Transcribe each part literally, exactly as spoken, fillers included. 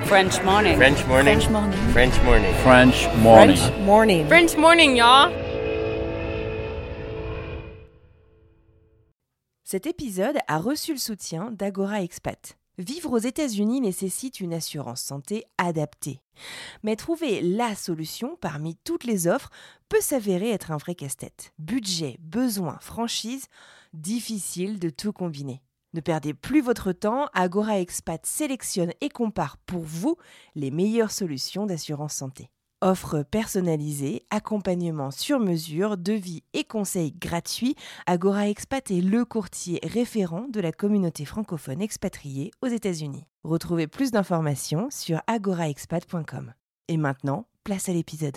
French morning. French morning. French morning. French morning. French morning. French morning. French morning, y'all. Cet épisode a reçu le soutien d'Agora Expat. Vivre aux États-Unis nécessite une assurance santé adaptée. Mais trouver la solution parmi toutes les offres peut s'avérer être un vrai casse-tête. Budget, besoins, franchise, difficile de tout combiner. Ne perdez plus votre temps, Agora Expat sélectionne et compare pour vous les meilleures solutions d'assurance santé. Offre personnalisée, accompagnement sur mesure, devis et conseils gratuits, Agora Expat est le courtier référent de la communauté francophone expatriée aux États-Unis. Retrouvez plus d'informations sur agora expat point com. Et maintenant, place à l'épisode.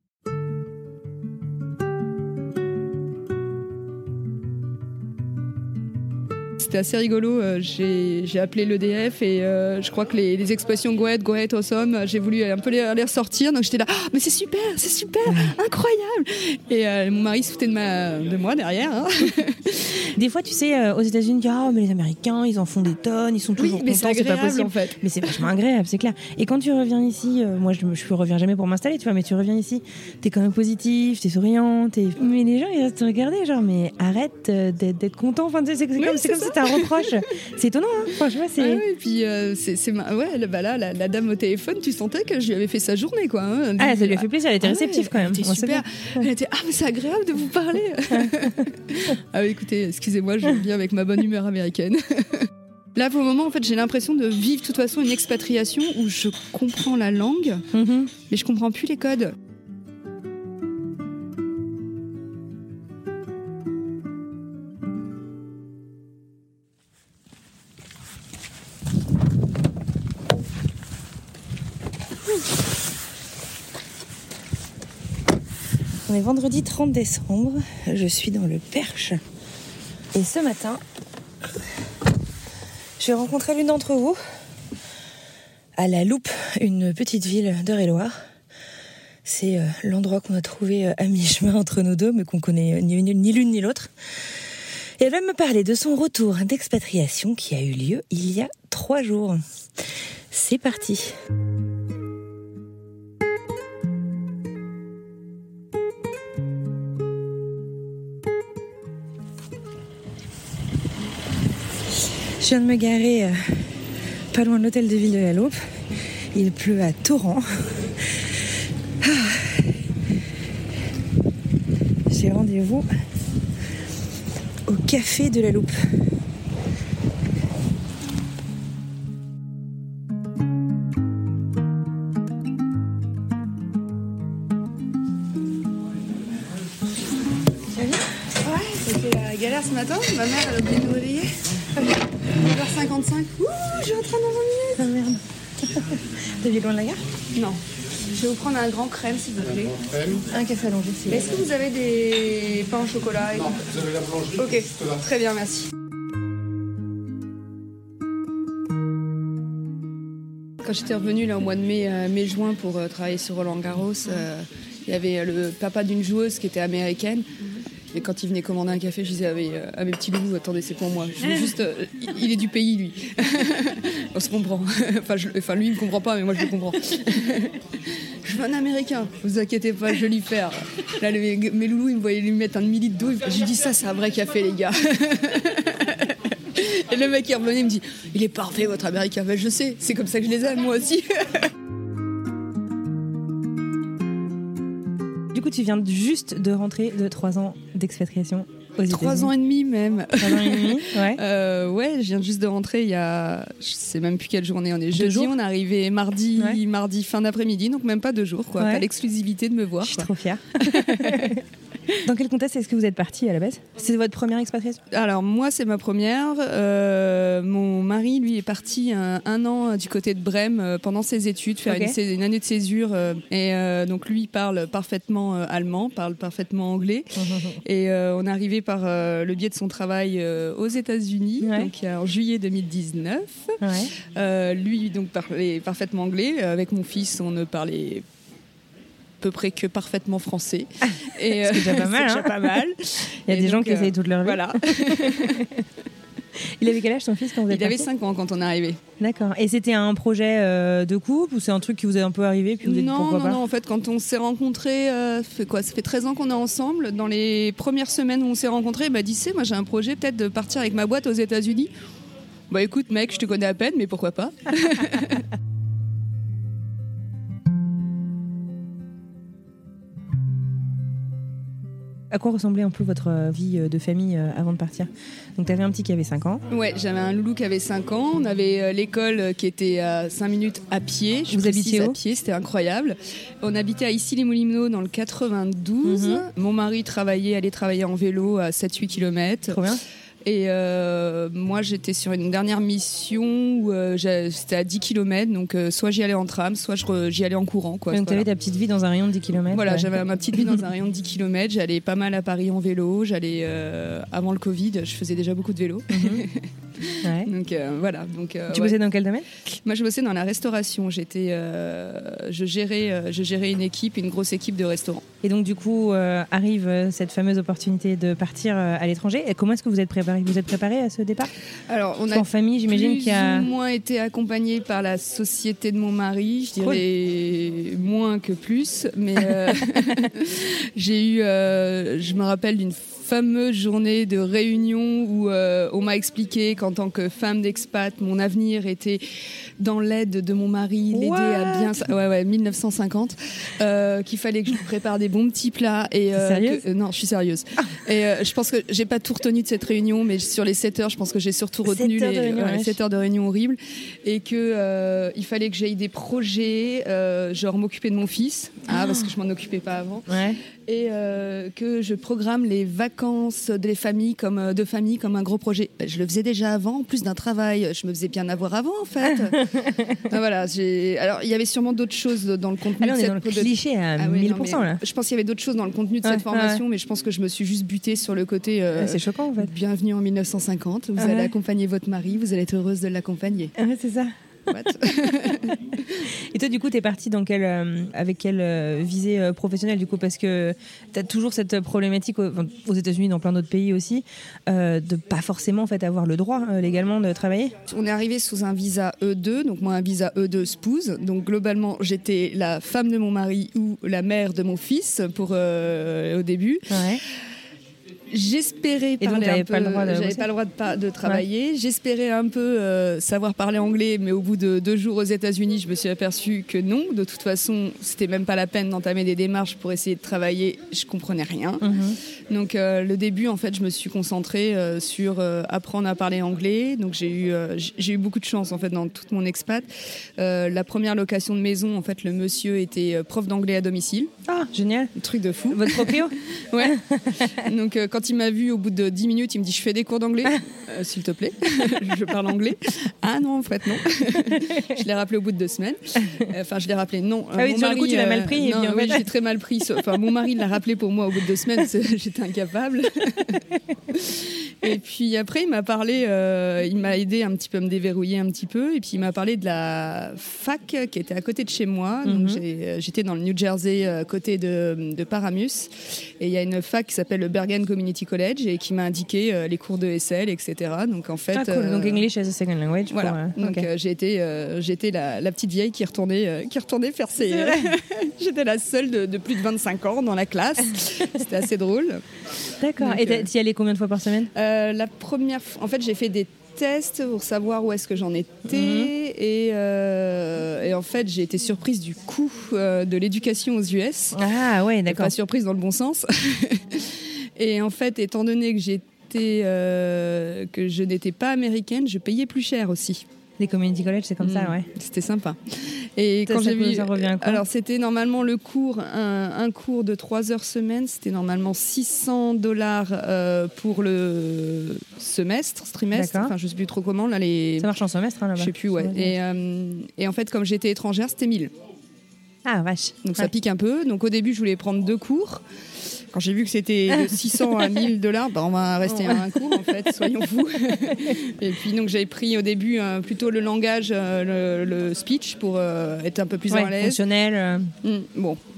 C'était assez rigolo, euh, j'ai, j'ai appelé l'E D F et euh, je crois que les, les expressions go ahead, go ahead, awesome, j'ai voulu un peu les, les ressortir, donc j'étais là, ah, mais c'est super, c'est super, incroyable. Et euh, mon mari se foutait de, ma, de moi derrière. Hein. Des fois, tu sais, euh, aux États-Unis, tu dis, ah, mais les Américains, ils en font des tonnes, ils sont toujours oui, mais contents, c'est, c'est pas agréable, possible. En fait. Mais c'est vachement agréable, c'est clair. Et quand tu reviens ici, euh, moi, je ne reviens jamais pour m'installer, tu vois, mais tu reviens ici, t'es quand même positif, t'es souriant, t'es... mais les gens, ils restent te regarder, genre, mais arrête euh, d'être, d'être content. Enfin, c'est, c'est, oui, comme, c'est c'est comme si c'était un reproche. C'est étonnant, hein. Franchement, c'est. Ah oui, puis euh, c'est, c'est ma... ouais, bah là, la, la dame au téléphone, tu sentais que je lui avais fait sa journée, quoi. Hein. Ah, ça lui a fait plaisir, elle était réceptive ah ouais, quand même. Elle était Moi, super. Elle était, ah, mais c'est agréable de vous parler. Ah oui, écoutez, excusez-moi, je viens avec ma bonne humeur américaine. Là, pour le moment, en fait, j'ai l'impression de vivre de toute façon une expatriation où je comprends la langue, mm-hmm. mais je comprends plus les codes. On est vendredi trente décembre, je suis dans le Perche. Et ce matin, j'ai rencontré l'une d'entre vous à La Loupe, une petite ville d'Eure-et-Loir. C'est euh, l'endroit qu'on a trouvé euh, à mi-chemin entre nous deux, mais qu'on connaît ni, ni, ni l'une ni l'autre. Et elle va me parler de son retour d'expatriation qui a eu lieu il y a trois jours. C'est parti. Je viens de me garer euh, pas loin de l'hôtel de ville de La Loupe. Il pleut à torrent. Ah. J'ai rendez-vous au café de La Loupe. Ça va ? Ouais, c'était la galère ce matin. Ma mère, elle a oublié de nous réveiller. neuf heures cinquante-cinq. Ouh, je rentre dans vingt minutes. Ah merde. T'as vu loin de la gare ? Non. Je vais vous prendre un grand crème, s'il vous plaît. Un café allongé, s'il vous plaît. Est-ce que vous avez des pains au chocolat et... Non, vous avez la boulangerie. Ok, très bien, merci. Quand j'étais revenue là, au mois de mai, euh, mai-juin pour euh, travailler sur Roland Garros, euh, il y avait le papa d'une joueuse qui était américaine. Et quand il venait commander un café, je disais à mes, à mes petits loulous, attendez, c'est pour moi. Je veux juste, euh, il est du pays, lui. On se comprend. Enfin, je, enfin, lui, il me comprend pas, mais moi, je le comprends. Je veux un américain. Vous inquiétez pas, je vais lui faire. Là, le, mes loulous, ils me voyaient lui mettre un demi-litre d'eau. Je lui dis, ça, c'est un vrai café, les gars. Et le mec, il revenait, il me dit, il est parfait, votre américain. Ben, je sais, c'est comme ça que je les aime, moi aussi. Du coup, tu viens juste de rentrer de trois ans d'expatriation aux États-Unis. Trois ans et demi même. Trois ans et demi, ouais. Euh, ouais, je viens juste de rentrer il y a, je sais même plus quelle journée on est. Jeudi, on est arrivé mardi, ouais. mardi fin d'après-midi, donc même pas deux jours, quoi. Ouais. T'as l'exclusivité de me voir. Je suis quoi. trop fière. Dans quel contexte est-ce que vous êtes partis à la base ? C'est votre première expatriation ? Alors moi, c'est ma première. Euh, mon mari, lui, est parti un, un an du côté de Brême euh, pendant ses études, faire okay. une, une année de césure. Euh, et euh, donc lui, il parle parfaitement euh, allemand, parle parfaitement anglais. Et euh, on est arrivé par euh, le biais de son travail euh, aux États-Unis, ouais. donc en juillet deux mille dix-neuf. Ouais. Euh, lui, donc parlait parfaitement anglais. Avec mon fils, on ne parlait à peu près que parfaitement français. Et, euh, c'est déjà pas mal. C'est déjà pas mal. Il y a et des donc, gens qui euh, essayent toute leur vie. Voilà. Il avait quel âge ton fils quand vous êtes Il avait partis ? cinq ans quand on est arrivé. D'accord. Et c'était un projet euh, de couple ou c'est un truc qui vous est un peu arrivé puis vous êtes dit Non, pourquoi non, pas ? non. En fait, quand on s'est rencontrés, euh, fait quoi, ça fait treize ans qu'on est ensemble. Dans les premières semaines où on s'est rencontrés, il m'a dit, c'est, moi j'ai un projet peut-être de partir avec ma boîte aux États-Unis. Bah écoute, mec, je te connais à peine, mais pourquoi pas ? À quoi ressemblait un peu votre vie de famille avant de partir ? Donc tu avais un petit qui avait cinq ans. Ouais, j'avais un loulou qui avait cinq ans. On avait euh, l'école qui était à cinq minutes à pied. Je Vous habitiez où ? à pied, c'était incroyable. On habitait à Issy-les-Moulineaux dans le quatre-vingt-douze. Mm-hmm. Mon mari travaillait, allait travailler en vélo à sept à huit kilomètres. Trop bien. Et euh, moi, j'étais sur une dernière mission où euh, c'était à dix kilomètres. Donc, euh, soit j'y allais en tram, soit je re, j'y allais en courant. Quoi. Donc, tu avais ta petite vie dans un rayon de dix kilomètres. Voilà, ouais. J'avais ma petite vie dans un rayon de dix kilomètres. J'allais pas mal à Paris en vélo. J'allais, euh, avant le Covid, je faisais déjà beaucoup de vélo. Mm-hmm. Ouais. Donc, euh, voilà. Donc, euh, tu ouais. bossais dans quel domaine ? Moi, je bossais dans la restauration. J'étais, euh, je, gérais, euh, je gérais une équipe, une grosse équipe de restaurants. Et donc, du coup, euh, arrive cette fameuse opportunité de partir à l'étranger. Et comment est-ce que vous êtes préparé ? Vous êtes préparé à ce départ ? Alors, on Parce a en famille, j'imagine plus qu'il y a... ou moins été accompagné par la société de mon mari. Je dirais cool. Moins que plus. Mais euh, j'ai eu, euh, je me rappelle d'une fameuse journée de réunion où euh, on m'a expliqué qu'en tant que femme d'expat, mon avenir était dans l'aide de mon mari, l'aider What à bien... Ouais, ouais, mille neuf cent cinquante. Euh, qu'il fallait que je lui prépare des bons petits plats. Et, euh, sérieuse que, euh, Non, je suis sérieuse. Ah. Et euh, je pense que j'ai pas tout retenu de cette réunion, mais sur les sept heures, je pense que j'ai surtout retenu sept les, réunion, ouais, les sept heures de réunion horribles. Et que euh, il fallait que j'aille des projets, euh, genre m'occuper de mon fils, ah, parce que je m'en occupais pas avant. Ouais. Et euh, que je programme les vacances des familles comme, de famille comme un gros projet. Je le faisais déjà avant, en plus d'un travail. Je me faisais bien avoir avant, en fait. Ah, voilà, j'ai... Alors, il y avait sûrement d'autres choses dans le contenu. Alors, on de est cette... dans le cliché à ah, oui, mille pour cent, non, là. Je pense qu'il y avait d'autres choses dans le contenu de ouais, cette formation, ouais. mais je pense que je me suis juste butée sur le côté... Euh, c'est choquant, en fait. Bienvenue en mille neuf cent cinquante. Vous ouais. allez accompagner votre mari, vous allez être heureuse de l'accompagner. Ouais, c'est ça. Et toi, du coup, t'es partie dans quelle, euh, avec quelle euh, visée euh, professionnelle, du coup, parce que t'as toujours cette problématique aux, aux États-Unis, dans plein d'autres pays aussi, euh, de pas forcément en fait avoir le droit euh, légalement de travailler. On est arrivé sous un visa E deux, donc moi un visa E deux spouse. Donc globalement, j'étais la femme de mon mari ou la mère de mon fils pour euh, au début. Ouais. J'espérais et parler donc, un peu, pas le droit de j'avais pas le droit de, pa- de travailler. Ouais. J'espérais un peu euh, savoir parler anglais, mais au bout de deux jours aux États-Unis, je me suis aperçue que non. De toute façon, c'était même pas la peine d'entamer des démarches pour essayer de travailler. Je comprenais rien. Mm-hmm. Donc euh, le début, en fait, je me suis concentrée euh, sur euh, apprendre à parler anglais. Donc j'ai eu, euh, j'ai eu beaucoup de chance en fait dans toute mon expat. Euh, la première location de maison, en fait, le monsieur était prof d'anglais à domicile. Ah, génial. Un truc de fou. Votre proprio. Ouais. Donc euh, quand il m'a vu au bout de dix minutes, il me dit je fais des cours d'anglais, euh, s'il te plaît, je parle anglais. Ah non, en fait non. Je l'ai rappelé au bout de deux semaines. Enfin, euh, je l'ai rappelé non. Ah oui, mon sur mari, le coup, tu l'as mal pris. Euh, non, et puis, en oui, fait... j'ai très mal pris. Enfin, mon mari l'a rappelé pour moi au bout de deux semaines. J'étais incapable. Et puis après, il m'a parlé, euh, il m'a aidé un petit peu à me déverrouiller un petit peu. Et puis il m'a parlé de la fac qui était à côté de chez moi. Mm-hmm. Donc j'ai, j'étais dans le New Jersey, à côté de, de Paramus. Et il y a une fac qui s'appelle le Bergen Community College et qui m'a indiqué euh, les cours de S L, et cetera. Donc en fait, ah, cool. euh, donc English as a second language. Voilà. Pour, euh, donc okay. euh, j'ai été, euh, j'étais la, la petite vieille qui retournait, euh, qui retournait faire ses. J'étais la seule de, de plus de vingt-cinq ans dans la classe. C'était assez drôle. D'accord. Donc, et euh, t'y allais combien de fois par semaine? euh, La première, f... en fait, j'ai fait des tests pour savoir où est-ce que j'en étais mmh. et, euh, et en fait j'ai été surprise du coût euh, de l'éducation aux U S. Ah ouais, d'accord. Pas surprise dans le bon sens. Et en fait, étant donné que j'étais euh, que je n'étais pas américaine, je payais plus cher aussi. Les community college, c'est comme mmh. ça, ouais. C'était sympa. Et ça, quand ça j'ai vu, ça revient à quoi? Alors c'était normalement le cours, un, un cours de trois heures semaine, c'était normalement six cents dollars euh, pour le semestre, trimestre. D'accord. Enfin, je sais plus trop comment là les. Ça marche en semestre, hein, là-bas. Je sais plus, ouais. Et, euh, et en fait, comme j'étais étrangère, c'était mille. Ah vache. Donc ouais. ça pique un peu. Donc au début, je voulais prendre deux cours. Quand j'ai vu que c'était de six cents à mille dollars, bah on va rester à un cours en fait, soyons fous. Et puis donc j'ai pris au début euh, plutôt le langage, euh, le, le speech pour euh, être un peu plus ouais, à l'aise. Fonctionnel. Euh... Mmh, bon, euh,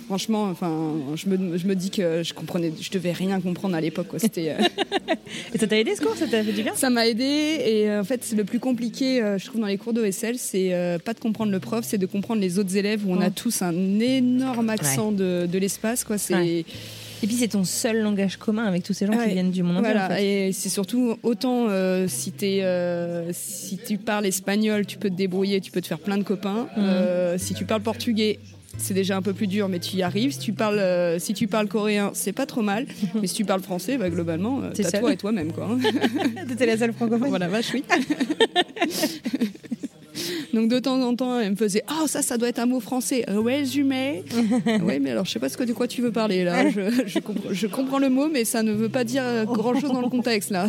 Franchement, enfin, je me, je me dis que je comprenais, je devais rien comprendre à l'époque, quoi. C'était. Euh... Et ça t'a aidé ce cours ? Ça t'a fait du bien ? Ça m'a aidé et euh, en fait, le plus compliqué, euh, je trouve, dans les cours d'O S L, c'est euh, pas de comprendre le prof, c'est de comprendre les autres élèves où on a tous un énorme accent ouais. de, de l'espace, quoi. C'est. Ouais. Et puis c'est ton seul langage commun avec tous ces gens ouais. qui viennent du monde entier. Voilà. En fait. Et c'est surtout autant euh, si, t'es, euh, si tu parles espagnol, tu peux te débrouiller, tu peux te faire plein de copains. Mmh. Euh, si tu parles portugais, c'est déjà un peu plus dur, mais tu y arrives. Si tu parles, euh, si tu parles coréen, c'est pas trop mal. Mais si tu parles français, bah, globalement, euh, t'as seul. Toi et toi-même, quoi. T'étais la seule francophone. Voilà, vache, oui. Donc de temps en temps, elle me faisait « Oh, ça, ça doit être un mot français. Résumé. » Oui, mais alors je sais pas ce que, de quoi tu veux parler là. Je, je, compre- je comprends le mot, mais ça ne veut pas dire grand-chose dans le contexte là.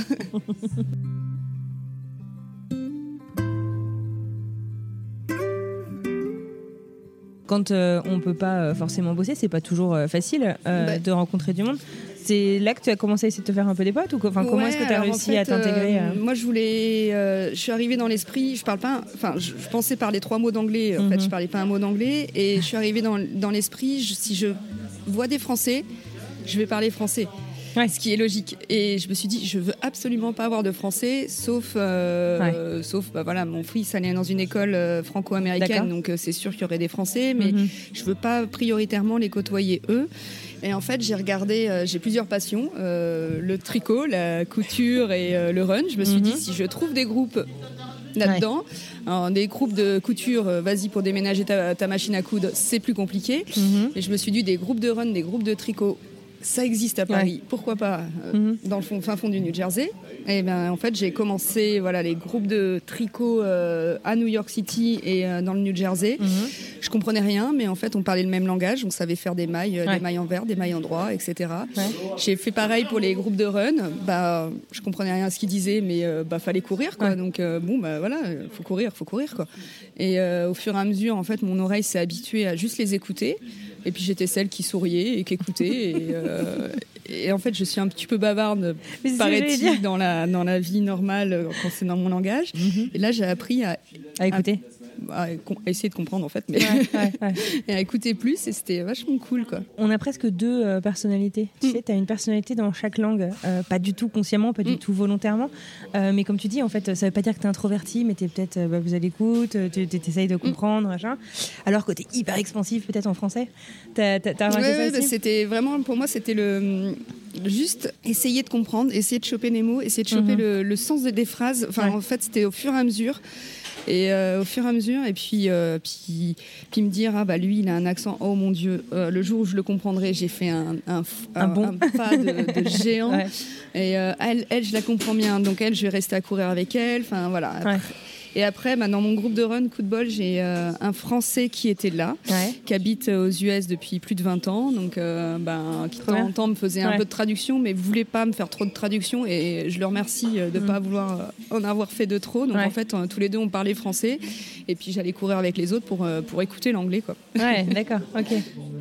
Quand euh, on peut pas euh, forcément bosser, c'est pas toujours euh, facile euh, bah. de rencontrer du monde. C'est là que tu as commencé à essayer de te faire un peu des potes ou enfin, ouais, comment est-ce que tu as réussi en fait, à t'intégrer euh... Moi, je voulais, euh, je suis arrivée dans l'esprit. Je parle pas, enfin, je, je pensais parler trois mots d'anglais. En mm-hmm. fait, je parlais pas un mot d'anglais, et je suis arrivée dans, dans l'esprit. Je, si je vois des Français, je vais parler français. Ouais. Ce qui est logique. Et je me suis dit, je veux absolument pas avoir de français, sauf, euh, ouais. euh, sauf, bah voilà, mon fils allait dans une école euh, franco-américaine, D'accord. donc euh, c'est sûr qu'il y aurait des Français, mais mm-hmm. je veux pas prioritairement les côtoyer eux. Et en fait, j'ai regardé, euh, j'ai plusieurs passions, euh, le tricot, la couture et euh, le run. Je me suis mm-hmm. dit, si je trouve des groupes là-dedans, ouais. alors, des groupes de couture, euh, vas-y pour déménager ta, ta machine à coudre, c'est plus compliqué. Mm-hmm. Et je me suis dit, des groupes de run, des groupes de tricot, ça existe à Paris, ouais. pourquoi pas euh, mm-hmm. dans le fond, fin fond du New Jersey. Et ben en fait j'ai commencé voilà les groupes de tricot euh, à New York City et euh, dans le New Jersey. Mm-hmm. Je comprenais rien, mais en fait on parlait le même langage, on savait faire des mailles, ouais. des mailles en vert, des mailles en droit, et cetera. Ouais. J'ai fait pareil pour les groupes de run. Bah je comprenais rien à ce qu'ils disaient, mais euh, bah fallait courir quoi. Ouais. Donc euh, bon bah voilà, faut courir, faut courir quoi. Et euh, au fur et à mesure en fait mon oreille s'est habituée à juste les écouter. Et puis j'étais celle qui souriait et qui écoutait. Et, euh, et en fait, je suis un petit peu bavarde, paraît-il, dans la, dans la vie normale quand c'est dans mon langage. Mm-hmm. Et là, j'ai appris à, à écouter. À, à, à essayer de comprendre, en fait, mais ouais, ouais, ouais. et à écouter plus. Et c'était vachement cool, quoi. On a presque deux euh, personnalités. Tu mm. sais, tu as une personnalité dans chaque langue, euh, pas du tout consciemment, pas du mm. tout volontairement. Euh, mais comme tu dis, en fait, ça veut pas dire que tu es introverti, mais tu es peut-être euh, bah, vous à l'écoute, tu essayes de comprendre, mm. machin. Alors que tu es hyper expansif, peut-être en français. T'as, t'as, t'as remarqué ouais, ça aussi ? C'était vraiment, pour moi, c'était le. Juste essayer de comprendre, essayer de choper les mots, essayer de choper mm-hmm. le, le sens des phrases. Enfin, ouais. en fait, c'était au fur et à mesure. Et euh, au fur et à mesure, et puis, euh, puis, puis me dire, ah bah lui, il a un accent, oh mon Dieu, euh, le jour où je le comprendrai, j'ai fait un, un, un, un, bon. un pas de, de géant. Ouais. Et euh, elle, elle, je la comprends bien, donc elle, je vais rester à courir avec elle. Enfin, voilà. Après, ouais. Et après, bah, dans mon groupe de run, coup de bol, j'ai euh, un Français qui était là, ouais. qui habite aux U S depuis plus de vingt ans, donc euh, bah, qui de temps en temps me faisait ouais. un peu de traduction, mais ne voulait pas me faire trop de traduction, et je le remercie de ne mmh. pas vouloir en avoir fait de trop. Donc ouais. en fait, euh, tous les deux, on parlait français, et puis j'allais courir avec les autres pour, euh, pour écouter l'anglais, quoi. Ouais, d'accord, ok.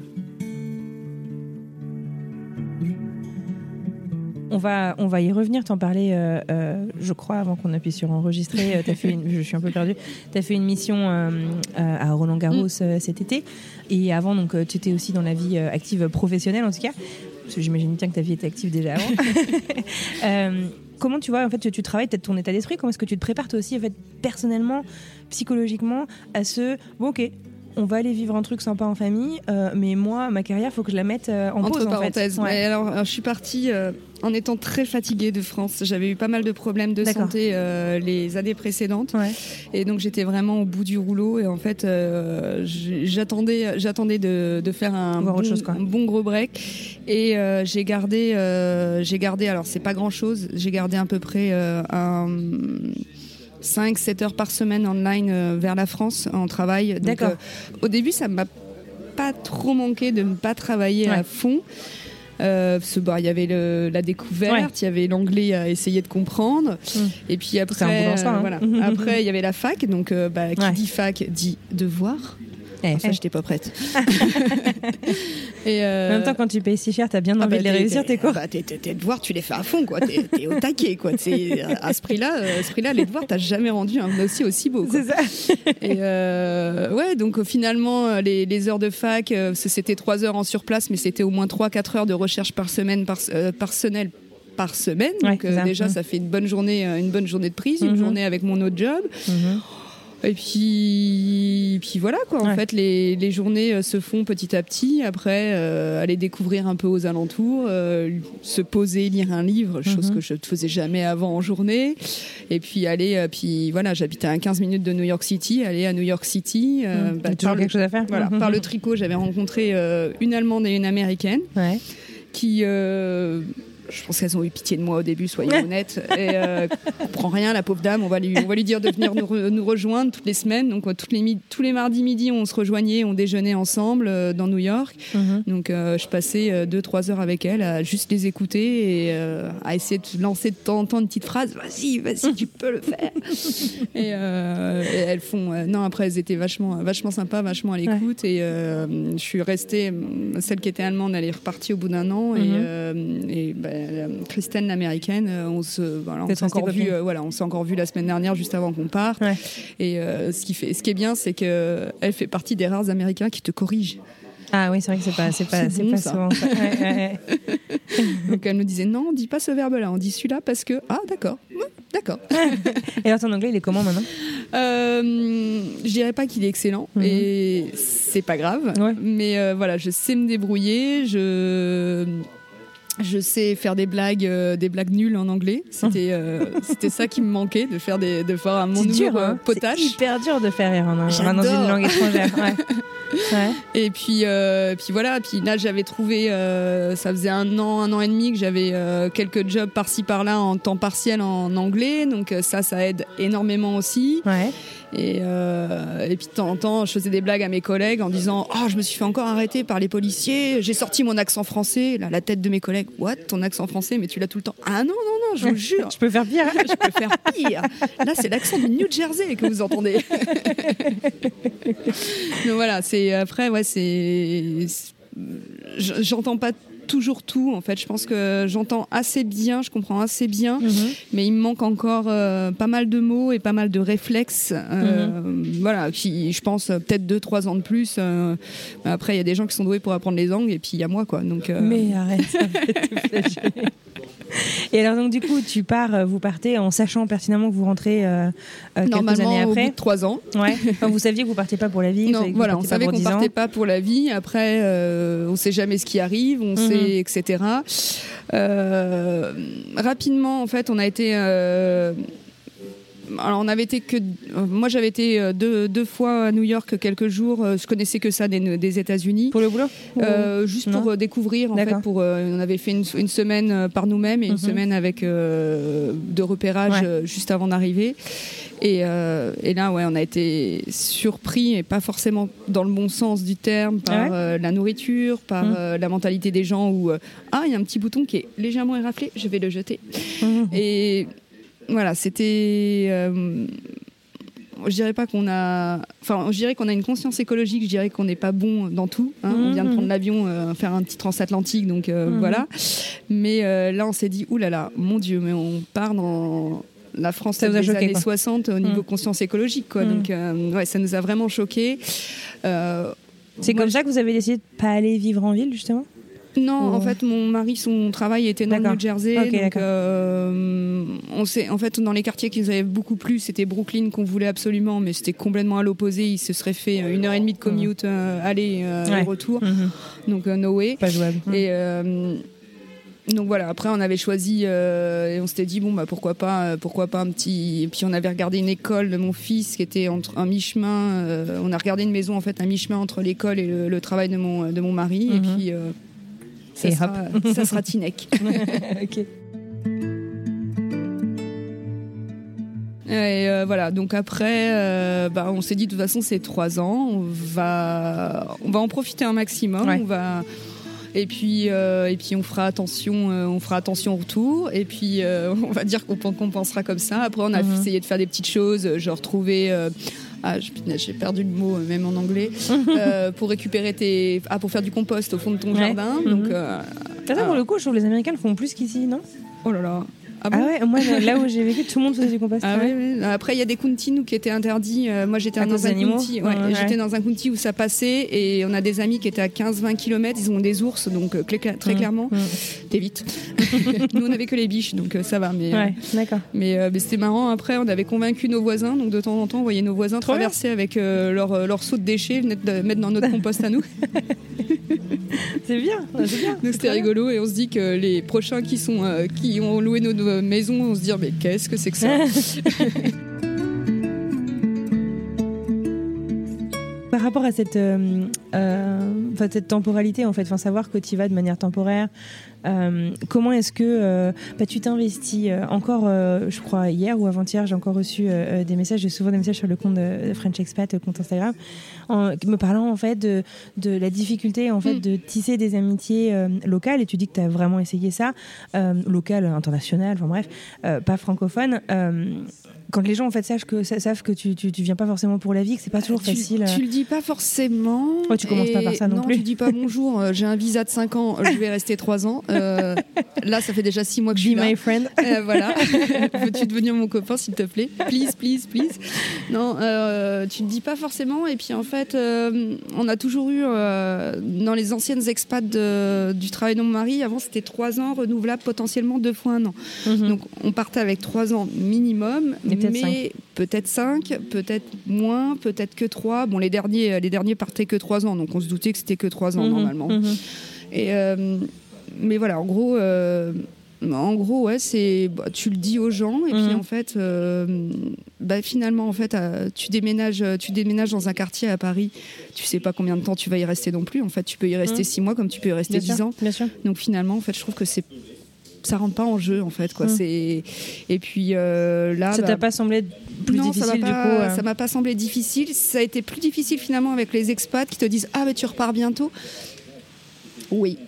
On va, on va y revenir, t'en parler, euh, euh, je crois, avant qu'on appuie sur enregistrer. Euh, t'as fait une, je suis un peu perdue. Tu as fait une mission euh, à Roland Garros euh, cet été. Et avant, donc, tu étais aussi dans la vie euh, active professionnelle, en tout cas. Parce que j'imagine bien que ta vie était active déjà avant. euh, comment tu vois, en fait, tu, tu travailles peut-être ton état d'esprit. Comment est-ce que tu te prépares, toi aussi, en fait, personnellement, psychologiquement, à ce... Bon, ok, on va aller vivre un truc sympa en famille, euh, mais moi, ma carrière, il faut que je la mette euh, en Entre pause, parenthèses. En fait. Ouais. Mais alors, alors, je suis partie euh, en étant très fatiguée de France. J'avais eu pas mal de problèmes de D'accord. santé euh, les années précédentes. Ouais. Et donc, j'étais vraiment au bout du rouleau. Et en fait, euh, j'attendais, j'attendais de, de faire un bon, chose, quoi. un bon gros break. Et euh, j'ai gardé, euh, j'ai gardé, alors c'est pas grand-chose, j'ai gardé à peu près euh, un... cinq sept heures par semaine online euh, vers la France en travail. Donc, D'accord. Euh, au début, ça ne m'a pas trop manqué de ne pas travailler ouais. à fond. Euh, parce que, bah, y avait le, la découverte, il ouais. y avait l'anglais à essayer de comprendre. Mmh. Et puis après, c'est un bon soi, hein. euh, voilà. Après, il y avait la fac. Donc, euh, bah, qui ouais. dit fac dit devoir. Eh, Alors ça, eh. j'étais pas prête. Et euh... En même temps, quand tu payes si cher, t'as bien envie ah bah, de les t'es, réussir, t'es, tes cours. Bah, tes, tes, tes devoirs, tu les fais à fond, quoi. T'es, t'es au taquet, quoi. C'est, à ce prix-là, à ce prix-là, les devoirs, t'as jamais rendu un dossier aussi beau, quoi. C'est ça. Et euh, ouais, donc finalement, les, les heures de fac, c'était trois heures en surplace, mais c'était au moins trois quatre heures de recherche par semaine, par, euh, par semaine. par semaine, donc ouais, euh, ça. déjà mmh. ça fait une bonne journée, une bonne journée de prise, mmh. une journée avec mon autre job. Mmh. Et puis, puis voilà quoi. En ouais. fait, les, les journées se font petit à petit. Après, euh, aller découvrir un peu aux alentours, euh, se poser, lire un livre, chose mm-hmm. que je ne faisais jamais avant en journée. Et puis aller, euh, puis voilà, j'habitais à quinze minutes de New York City. Aller à New York City. Euh, mmh. bah, toujours par quelque le, chose à faire. Voilà, mmh. par le tricot, j'avais rencontré euh, une Allemande et une Américaine, ouais. qui euh, je pense qu'elles ont eu pitié de moi au début, soyons honnêtes. Et euh, on comprend rien, la pauvre dame. On va lui, on va lui dire de venir nous, re, nous rejoindre toutes les semaines. Donc toutes les, tous les mardis midi, on se rejoignait, on déjeunait ensemble euh, dans New York. Mm-hmm. Donc euh, je passais euh, deux trois heures avec elles à juste les écouter et euh, à essayer de lancer de temps en temps une petite phrase. Vas-y, vas-y, tu peux le faire. et, euh, et elles font. Euh, non, après elles étaient vachement, vachement sympas, vachement à l'écoute. Ouais. Et euh, je suis restée. Celle qui était allemande, elle est repartie au bout d'un an. Mm-hmm. Et, euh, et bah, Christine l'américaine, on se, voilà, on s'est encore vu, euh, voilà, on s'est encore vu la semaine dernière juste avant qu'on parte. Ouais. Et euh, ce qui fait, ce qui est bien, c'est que elle fait partie des rares Américains qui te corrigent. Ah oui, c'est vrai que c'est pas, c'est pas, c'est, c'est bon, pas ça. Souvent ça. Ouais, ouais, ouais. Donc elle me disait non, on dit pas ce verbe-là, on dit celui-là parce que ah d'accord, d'accord. Et alors ton anglais, il est comment maintenant? euh, Je dirais pas qu'il est excellent mm-hmm. et c'est pas grave, ouais. mais euh, voilà, je sais me débrouiller, je Je sais faire des blagues, euh, des blagues nulles en anglais. C'était, euh, c'était ça qui me manquait, de faire des, de faire un mon dur, nouveau hein. potage. C'est hyper dur de faire rire en, en, dans une langue étrangère. Ouais. Ouais. Et puis, euh, puis voilà. Puis là, j'avais trouvé. Euh, ça faisait un an, un an et demi que j'avais euh, quelques jobs par-ci par-là en temps partiel en anglais. Donc ça, ça aide énormément aussi. Ouais. Et, euh, et puis de temps en temps, je faisais des blagues à mes collègues en disant « Oh, je me suis fait encore arrêter par les policiers, j'ai sorti mon accent français. » Là, la tête de mes collègues « What, ton accent français, mais tu l'as tout le temps. » Ah non, non, non, je vous jure. Je peux faire pire. Je peux faire pire. Là, c'est l'accent du New Jersey que vous entendez. Donc voilà, c'est, après, ouais, c'est... c'est j'entends pas toujours tout en fait, je pense que j'entends assez bien, je comprends assez bien, mm-hmm. mais il me manque encore euh, pas mal de mots et pas mal de réflexes, euh, mm-hmm. voilà, qui je pense peut-être deux trois ans de plus. Euh, après il y a des gens qui sont doués pour apprendre les langues et puis il y a moi quoi. Donc euh... mais arrête, ça va te flageller. Et alors donc du coup tu pars, vous partez en sachant pertinemment que vous rentrez euh, quelques Normalement, années après. Au bout de trois ans. Ouais. Enfin, vous saviez que vous partiez pas pour la vie. Non, voilà, on savait qu'on partait pas pour la vie. Après, euh, on sait jamais ce qui arrive, on mm-hmm. sait, et cetera. Euh, rapidement, en fait, on a été. Euh, Alors on avait été que moi j'avais été deux, deux fois à New York quelques jours. Je connaissais que ça des, des États-Unis. Pour le boulot euh, Juste non. pour découvrir en D'accord. fait. Pour euh, on avait fait une, une semaine par nous-mêmes et une mm-hmm. semaine avec euh, de repérage ouais. juste avant d'arriver. Et, euh, et là ouais on a été surpris et pas forcément dans le bon sens du terme par ah ouais euh, la nourriture, par mm. euh, la mentalité des gens où euh, ah il y a un petit bouton qui est légèrement éraflé, je vais le jeter. Mm. Et voilà, c'était. Euh, je dirais pas qu'on a. Enfin, je dirais qu'on a une conscience écologique. Je dirais qu'on n'est pas bon dans tout. Hein. Mmh. On vient de prendre l'avion, euh, faire un petit transatlantique, donc euh, mmh. voilà. Mais euh, là, on s'est dit, ouh là là, mon Dieu, mais on part dans la France des choqué, années quoi. soixante au niveau mmh. conscience écologique, quoi. Mmh. Donc, euh, ouais, ça nous a vraiment choqués. Euh, C'est moi, comme ça que vous avez décidé de pas aller vivre en ville, justement ? Non, ouais. en fait, mon mari, son travail était dans d'accord. le New Jersey. Okay, donc, euh, on sait, en fait, dans les quartiers qui nous avaient beaucoup plu, c'était Brooklyn qu'on voulait absolument, mais c'était complètement à l'opposé. Il se serait fait une heure et demie de commute mmh. euh, aller euh, ouais. et retour. Mmh. Donc, euh, no way. Pas jouable. Et euh, donc voilà. Après, on avait choisi euh, et on s'était dit bon bah pourquoi pas, pourquoi pas un petit. Et puis on avait regardé une école de mon fils qui était entre un mi-chemin. Euh, on a regardé une maison en fait un mi-chemin entre l'école et le, le travail de mon de mon mari. Mmh. Et puis. Euh, Ça, sera, ça sera Tinec. Ok. Et euh, voilà, donc après, euh, bah, on s'est dit de toute façon c'est trois ans, on va, on va en profiter un maximum, ouais. on va, et puis, euh, et puis on fera attention, euh, on fera attention au retour, et puis euh, on va dire qu'on compensera comme ça. Après, on a mm-hmm. essayé de faire des petites choses, genre trouver. Euh, Ah, j'ai perdu le mot, même en anglais. euh, pour récupérer tes. Ah, pour faire du compost au fond de ton ouais. jardin. Mm-hmm. Donc. Euh, ça, pour le coup, je trouve que les Américains le font plus qu'ici, non ? Oh là là. Ah, bon ah ouais, moi là où j'ai vécu, tout le monde faisait du compost. Ah ouais, ouais. Après, il y a des counties nous qui étaient interdits. Euh, moi, j'étais dans un county. Ouais, ouais. J'étais dans un county où ça passait, et on a des amis qui étaient à quinze à vingt kilomètres. Ils ont des ours, donc euh, très mmh, clairement, mmh. t'évites. Nous, on avait que les biches, donc euh, ça va. Mais, ouais, euh, d'accord. Mais, euh, mais c'était marrant. Après, on avait convaincu nos voisins, donc de temps en temps, on voyait nos voisins Trop traverser bien. avec euh, leur leur seau de déchets, de mettre dans notre compost à nous. C'est bien, c'est bien. Donc c'était rigolo, et on se dit que les prochains qui sont euh, qui ont loué nos, nos maisons, on se dit mais qu'est-ce que c'est que ça? Par rapport à cette, euh, euh, cette temporalité, en fait, enfin, savoir que tu y vas de manière temporaire, euh, comment est-ce que euh, bah, tu t'investis euh, encore, euh, je crois, hier ou avant-hier, j'ai encore reçu euh, des messages, j'ai souvent des messages sur le compte de French Expat, le compte Instagram, en, me parlant en fait de, de la difficulté en fait, mm. de tisser des amitiés euh, locales, et tu dis que tu as vraiment essayé ça, euh, local, international, enfin bref, euh, pas francophone. Euh, quand les gens en fait sachent que, savent que tu, tu, tu viens pas forcément pour la vie, que c'est pas toujours tu, facile. Tu le dis pas forcément. Ouais, tu commences pas par ça non, non plus. Non, tu dis pas bonjour, euh, j'ai un visa de cinq ans, je vais rester trois ans. Euh, là, ça fait déjà six mois que je suis Be là. my friend. Euh, voilà. Veux-tu devenir mon copain, s'il te plaît? Please, please, please. Non, euh, tu le dis pas forcément. Et puis en fait, euh, on a toujours eu euh, dans les anciennes expats de, du travail de mon mari. Avant, c'était trois ans renouvelables, potentiellement deux fois un an. Mm-hmm. Donc, on partait avec trois ans minimum, mais peut-être mais peut-être cinq, peut-être moins, peut-être que trois. Bon, les derniers, les derniers partaient que trois ans, donc on se doutait que c'était que trois ans mmh, normalement. Mmh. Et euh, mais voilà, en gros, euh, en gros, ouais, c'est, bah, tu le dis aux gens, et mmh. puis en fait, euh, bah, finalement, en fait, euh, tu déménages, tu déménages dans un quartier à Paris, tu sais pas combien de temps tu vas y rester non plus. En fait, tu peux y rester mmh. six mois, comme tu peux y rester bien dix sûr, ans. Bien sûr. Donc finalement, en fait, je trouve que c'est ça rentre pas en jeu en fait quoi. Mmh. C'est et puis euh, là ça bah... t'a pas semblé plus non, difficile ça m'a pas, du coup euh... ça m'a pas semblé difficile. Ça a été plus difficile finalement avec les expats qui te disent ah mais tu repars bientôt. Oui.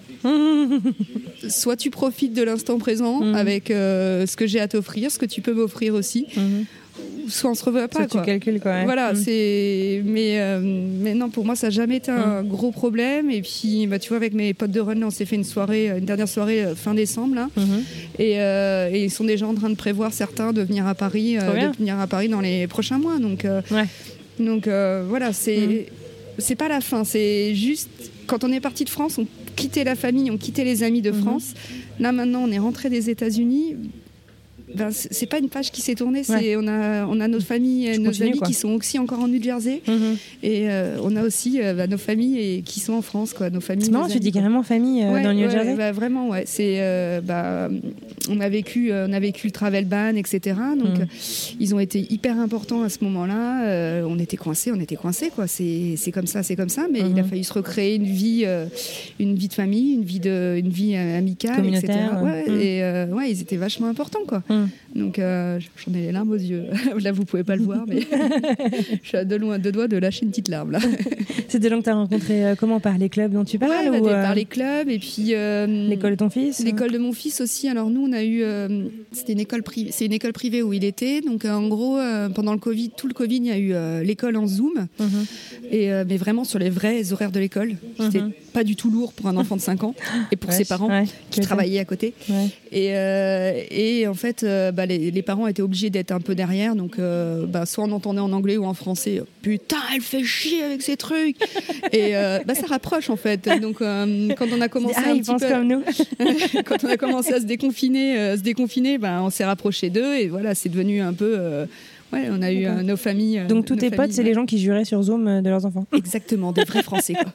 Soit tu profites de l'instant présent mmh. avec euh, ce que j'ai à t'offrir, ce que tu peux m'offrir aussi. Mmh. Soit on se revoit pas. Soit quoi. Tu calcules quand même. Voilà, mmh. c'est. Mais, euh, mais non, pour moi, ça n'a jamais été un mmh. gros problème. Et puis, bah, tu vois, avec mes potes de run, on s'est fait une soirée, une dernière soirée fin décembre là. Mmh. Et, euh, et ils sont déjà en train de prévoir certains de venir à Paris, euh, de venir à Paris dans les prochains mois. Donc, euh, ouais. donc euh, voilà, c'est mmh. c'est pas la fin. C'est juste quand on est parti de France, on quittait la famille, on quittait les amis de mmh. France. Là maintenant, on est rentré des États-Unis. Ben, c'est pas une page qui s'est tournée, c'est, ouais. on, a, on a nos familles, Je nos continue, amis quoi. Qui sont aussi encore en New Jersey, mmh. et euh, on a aussi euh, bah, nos familles et, qui sont en France, quoi, nos familles. C'est marrant, tu dis carrément famille euh, ouais, dans le New ouais, Jersey. Bah, vraiment, ouais. C'est, euh, bah, on a vécu, euh, on a vécu le travel ban, et cetera. Donc, mmh. euh, ils ont été hyper importants à ce moment-là. Euh, on était coincés, on était coincés, quoi. C'est, c'est comme ça, c'est comme ça. Mais mmh. il a fallu se recréer une vie, euh, une vie de famille, une vie de, une vie euh, amicale, et cetera. Ouais, mmh. Et euh, ouais, ils étaient vachement importants, quoi. Mmh. Donc euh, j'en ai les larmes aux yeux. Là, vous pouvez pas le voir, mais je suis à deux, loin, deux doigts de lâcher une petite larme là. C'est des gens que tu as rencontrés euh, comment, par les clubs dont tu parles ouais, ou bah, euh... par les clubs et puis euh, l'école de ton fils. L'école de mon fils aussi. Alors nous, on a eu, euh, c'était une école privée. C'est une école privée où il était. Donc euh, en gros, euh, pendant le Covid, tout le Covid, il y a eu euh, l'école en Zoom, mm-hmm. et euh, mais vraiment sur les vrais horaires de l'école. C'était mm-hmm. pas du tout lourd pour un enfant de cinq ans et pour ouais, ses parents ouais, qui travaillaient à côté. Ouais. Et, euh, et en fait, euh, bah, les, les parents étaient obligés d'être un peu derrière, donc euh, bah, soit on entendait en anglais ou en français putain elle fait chier avec ces trucs et euh, bah, ça rapproche en fait. Donc euh, quand on a commencé ah, un ils petit pensent peu comme nous. quand on a commencé à se déconfiner euh, se déconfiner bah, on s'est rapproché d'eux et voilà, c'est devenu un peu euh, ouais, on a eu euh, nos familles. Donc tous tes familles, potes, c'est ouais. les gens qui juraient sur Zoom euh, de leurs enfants. Exactement, des vrais Français quoi.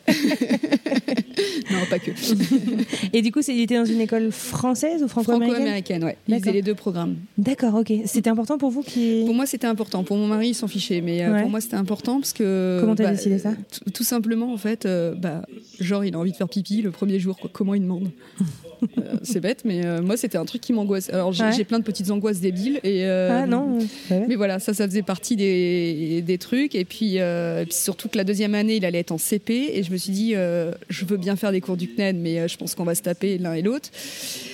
Non, pas que. Et du coup, c'est, il était dans une école française ou franco-américaine ? Franco-américaine, ouais. Ils faisaient les deux programmes. D'accord, ok. C'était important pour vous qui... Pour moi, c'était important. Pour mon mari, il s'en fichait, mais euh, ouais. pour moi, c'était important parce que. Comment t'as bah, décidé ça ? t- Tout simplement, en fait, euh, bah, genre, il a envie de faire pipi le premier jour. Quoi. Comment il demande ? euh, C'est bête, mais euh, moi, c'était un truc qui m'angoisse. Alors, j'ai, ouais. j'ai plein de petites angoisses débiles. Et, euh, ah non. Ouais. Mais voilà, ça, ça faisait partie des, des trucs. Et puis, euh, et puis, surtout que la deuxième année, il allait être en C P. Et je me suis dit, euh, je veux bien faire des cours du C N E D, mais euh, je pense qu'on va se taper l'un et l'autre.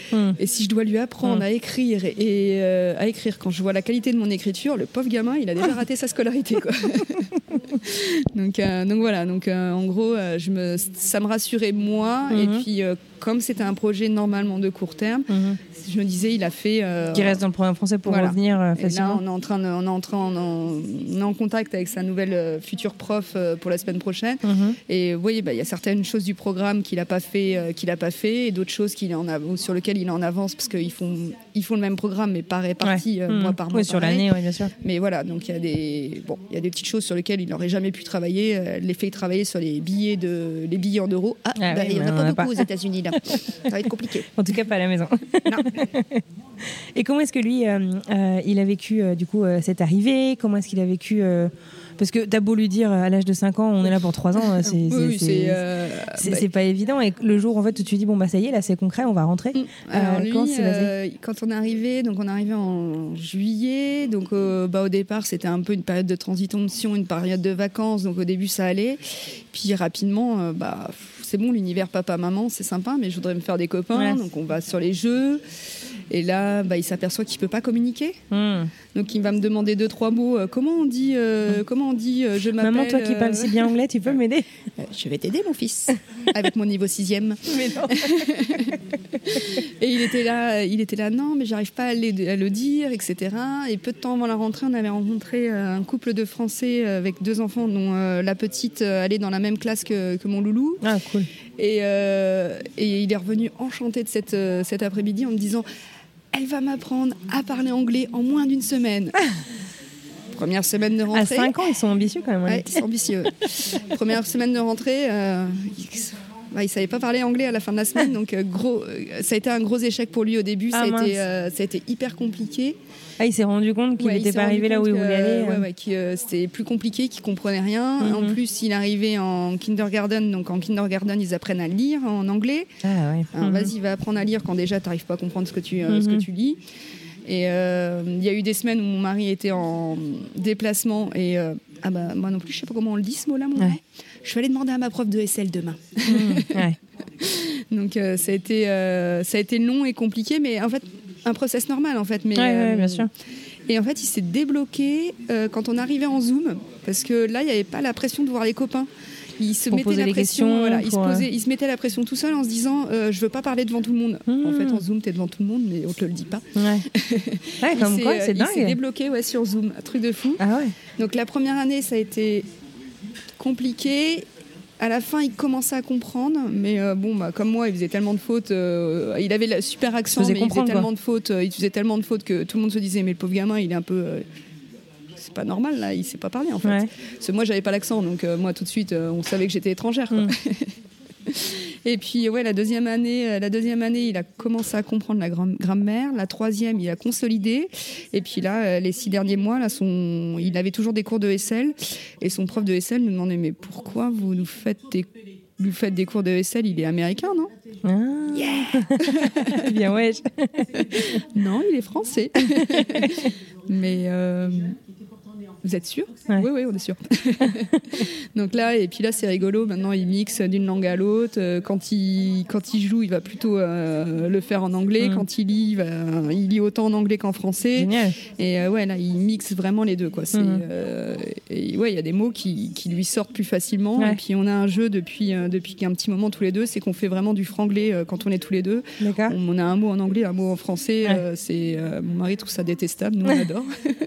Mmh. Et si je dois lui apprendre mmh. à écrire et, et euh, à écrire quand je vois la qualité de mon écriture, le pauvre gamin, il a déjà raté sa scolarité, quoi. donc, euh, donc voilà. Donc euh, en gros, euh, je me, ça me rassurait moi. Mmh. Et puis euh, comme c'était un projet normalement de court terme, mmh. je me disais, il a fait. Euh, Qui reste dans le programme français pour voilà. revenir euh, facilement. Et là, on est en train, de, on est en train, on en, on est en contact avec sa nouvelle euh, future prof euh, pour la semaine prochaine. Mmh. Et vous voyez, bah, y a certaines choses du programme qu'il a pas fait, euh, qu'il a pas fait, et d'autres choses qu'il est en av- sur lesquelles il est en avance parce qu'ils font, ils font le même programme mais pas répartis ouais. euh, mmh. mois par mois. Oui, sur l'année, oui, bien sûr. Mais voilà, donc il y a des, bon, il y a des petites choses sur lesquelles il n'aurait jamais pu travailler. Elle les fait travailler sur les billets de, les billets en euros. Ah, ah bah, oui, il n'y en a pas beaucoup pas. aux États-Unis là. Ça va être compliqué. En tout cas, pas à la maison. Non. Et comment est-ce que lui, euh, euh, il a vécu euh, du coup euh, cette arrivée ? Comment est-ce qu'il a vécu euh, Parce que t'as beau lui dire à l'âge de cinq ans, on est là pour trois ans, c'est, oui, c'est, oui, c'est, c'est, euh, c'est, bah, c'est pas évident. Et le jour en fait où tu dis bon bah ça y est, là c'est concret, on va rentrer. Alors euh, lui, comment c'est euh, quand on est arrivé, donc on est arrivé en juillet, donc euh, bah au départ c'était un peu une période de transition, une période de vacances, donc au début ça allait. Puis rapidement, euh, bah c'est bon, l'univers papa-maman, c'est sympa, mais je voudrais me faire des copains, ouais. donc on va sur les jeux. Et là, bah, il s'aperçoit qu'il ne peut pas communiquer. Mmh. Donc, il va me demander deux, trois mots. Euh, comment on dit, euh, mmh. comment on dit euh, je m'appelle... Maman, toi qui parles si bien anglais, tu peux m'aider ? euh, Je vais t'aider, mon fils, avec mon niveau sixième. Mais non. Et il était là, il était là, non, mais j'arrive pas à, les, à le dire, et cetera. Et peu de temps avant la rentrée, on avait rencontré un couple de Français avec deux enfants, dont euh, la petite euh, allait dans la même classe que, que mon loulou. Ah, cool. Et, euh, et il est revenu enchanté de cette, euh, cet après-midi en me disant... Elle va m'apprendre à parler anglais en moins d'une semaine. Première semaine de rentrée. À cinq ans, ils sont ambitieux quand même. Ouais, ils sont ambitieux. Première semaine de rentrée, euh, bah, il ne savait pas parler anglais à la fin de la semaine. Donc, euh, gros, euh, ça a été un gros échec pour lui au début. Ah, ça, a été, euh, ça a été hyper compliqué. Ah, il s'est rendu compte qu'il n'était ouais, pas arrivé là où il voulait aller. Ouais, ouais, que euh, c'était plus compliqué, qu'il ne comprenait rien. Mm-hmm. En plus, il arrivait en kindergarten. Donc, en kindergarten, ils apprennent à lire en anglais. Ah, ouais. Alors, mm-hmm. vas-y, va apprendre à lire quand déjà, tu n'arrives pas à comprendre ce que tu, euh, mm-hmm. ce que tu lis. Et il euh, y a eu des semaines où mon mari était en déplacement. Et euh, ah bah, moi non plus, je ne sais pas comment on le dit, ce mot-là, mon ouais. mari. Je vais aller demander à ma prof de S L demain. Mmh, ouais. Donc, euh, ça, a été, euh, ça a été long et compliqué, mais en fait, un process normal, en fait. Mais, ouais, euh, ouais, bien sûr. Et en fait, il s'est débloqué euh, quand on arrivait en Zoom, parce que là, il n'y avait pas la pression de voir les copains. Il se, mettait la pression, voilà, il, se posait, il se mettait la pression tout seul en se disant euh, je veux pas parler devant tout le monde. Mmh. En fait, en Zoom, t'es devant tout le monde, mais on te le dit pas. Ouais. Ouais, comme quoi, c'est il dingue. Il s'est débloqué ouais, sur Zoom, un truc de fou. Ah ouais. Donc la première année, ça a été compliqué. À la fin, il commençait à comprendre, mais euh, bon, bah, comme moi, il faisait tellement de fautes. Euh, il avait le super accent, mais il faisait tellement quoi. de fautes. Euh, il faisait tellement de fautes que tout le monde se disait mais le pauvre gamin, il est un peu. Euh, c'est pas normal là, il sait pas parler en fait. Ouais. Parce que moi, j'avais pas l'accent, donc euh, moi tout de suite, euh, on savait que j'étais étrangère. Quoi. Mm. Et puis ouais, la deuxième année, euh, la deuxième année, il a commencé à comprendre la gram- grammaire. La troisième, il a consolidé. Et puis là, euh, les six derniers mois, là, son... il avait toujours des cours de S L. Et son prof de S L nous demandait mais pourquoi vous nous faites des, vous faites des cours de S L ? Il est américain, non ? Ah. Yeah. Bien ouais. Non, il est français. Mais euh... vous êtes sûr ? Ouais. Oui, oui, on est sûr. Donc là, et puis là, c'est rigolo. Maintenant, il mixe d'une langue à l'autre. Quand il, quand il joue, il va plutôt euh, le faire en anglais. Mm. Quand il lit, il, va, il lit autant en anglais qu'en français. Génial. Et euh, ouais, là, il mixe vraiment les deux, quoi. C'est, mm. euh, et ouais, il y a des mots qui, qui lui sortent plus facilement. Ouais. Et puis, on a un jeu depuis, euh, depuis un petit moment tous les deux. C'est qu'on fait vraiment du franglais euh, quand on est tous les deux. D'accord. On, on a un mot en anglais, un mot en français. Ouais. Euh, c'est, euh, mon mari trouve ça détestable. Nous, on adore.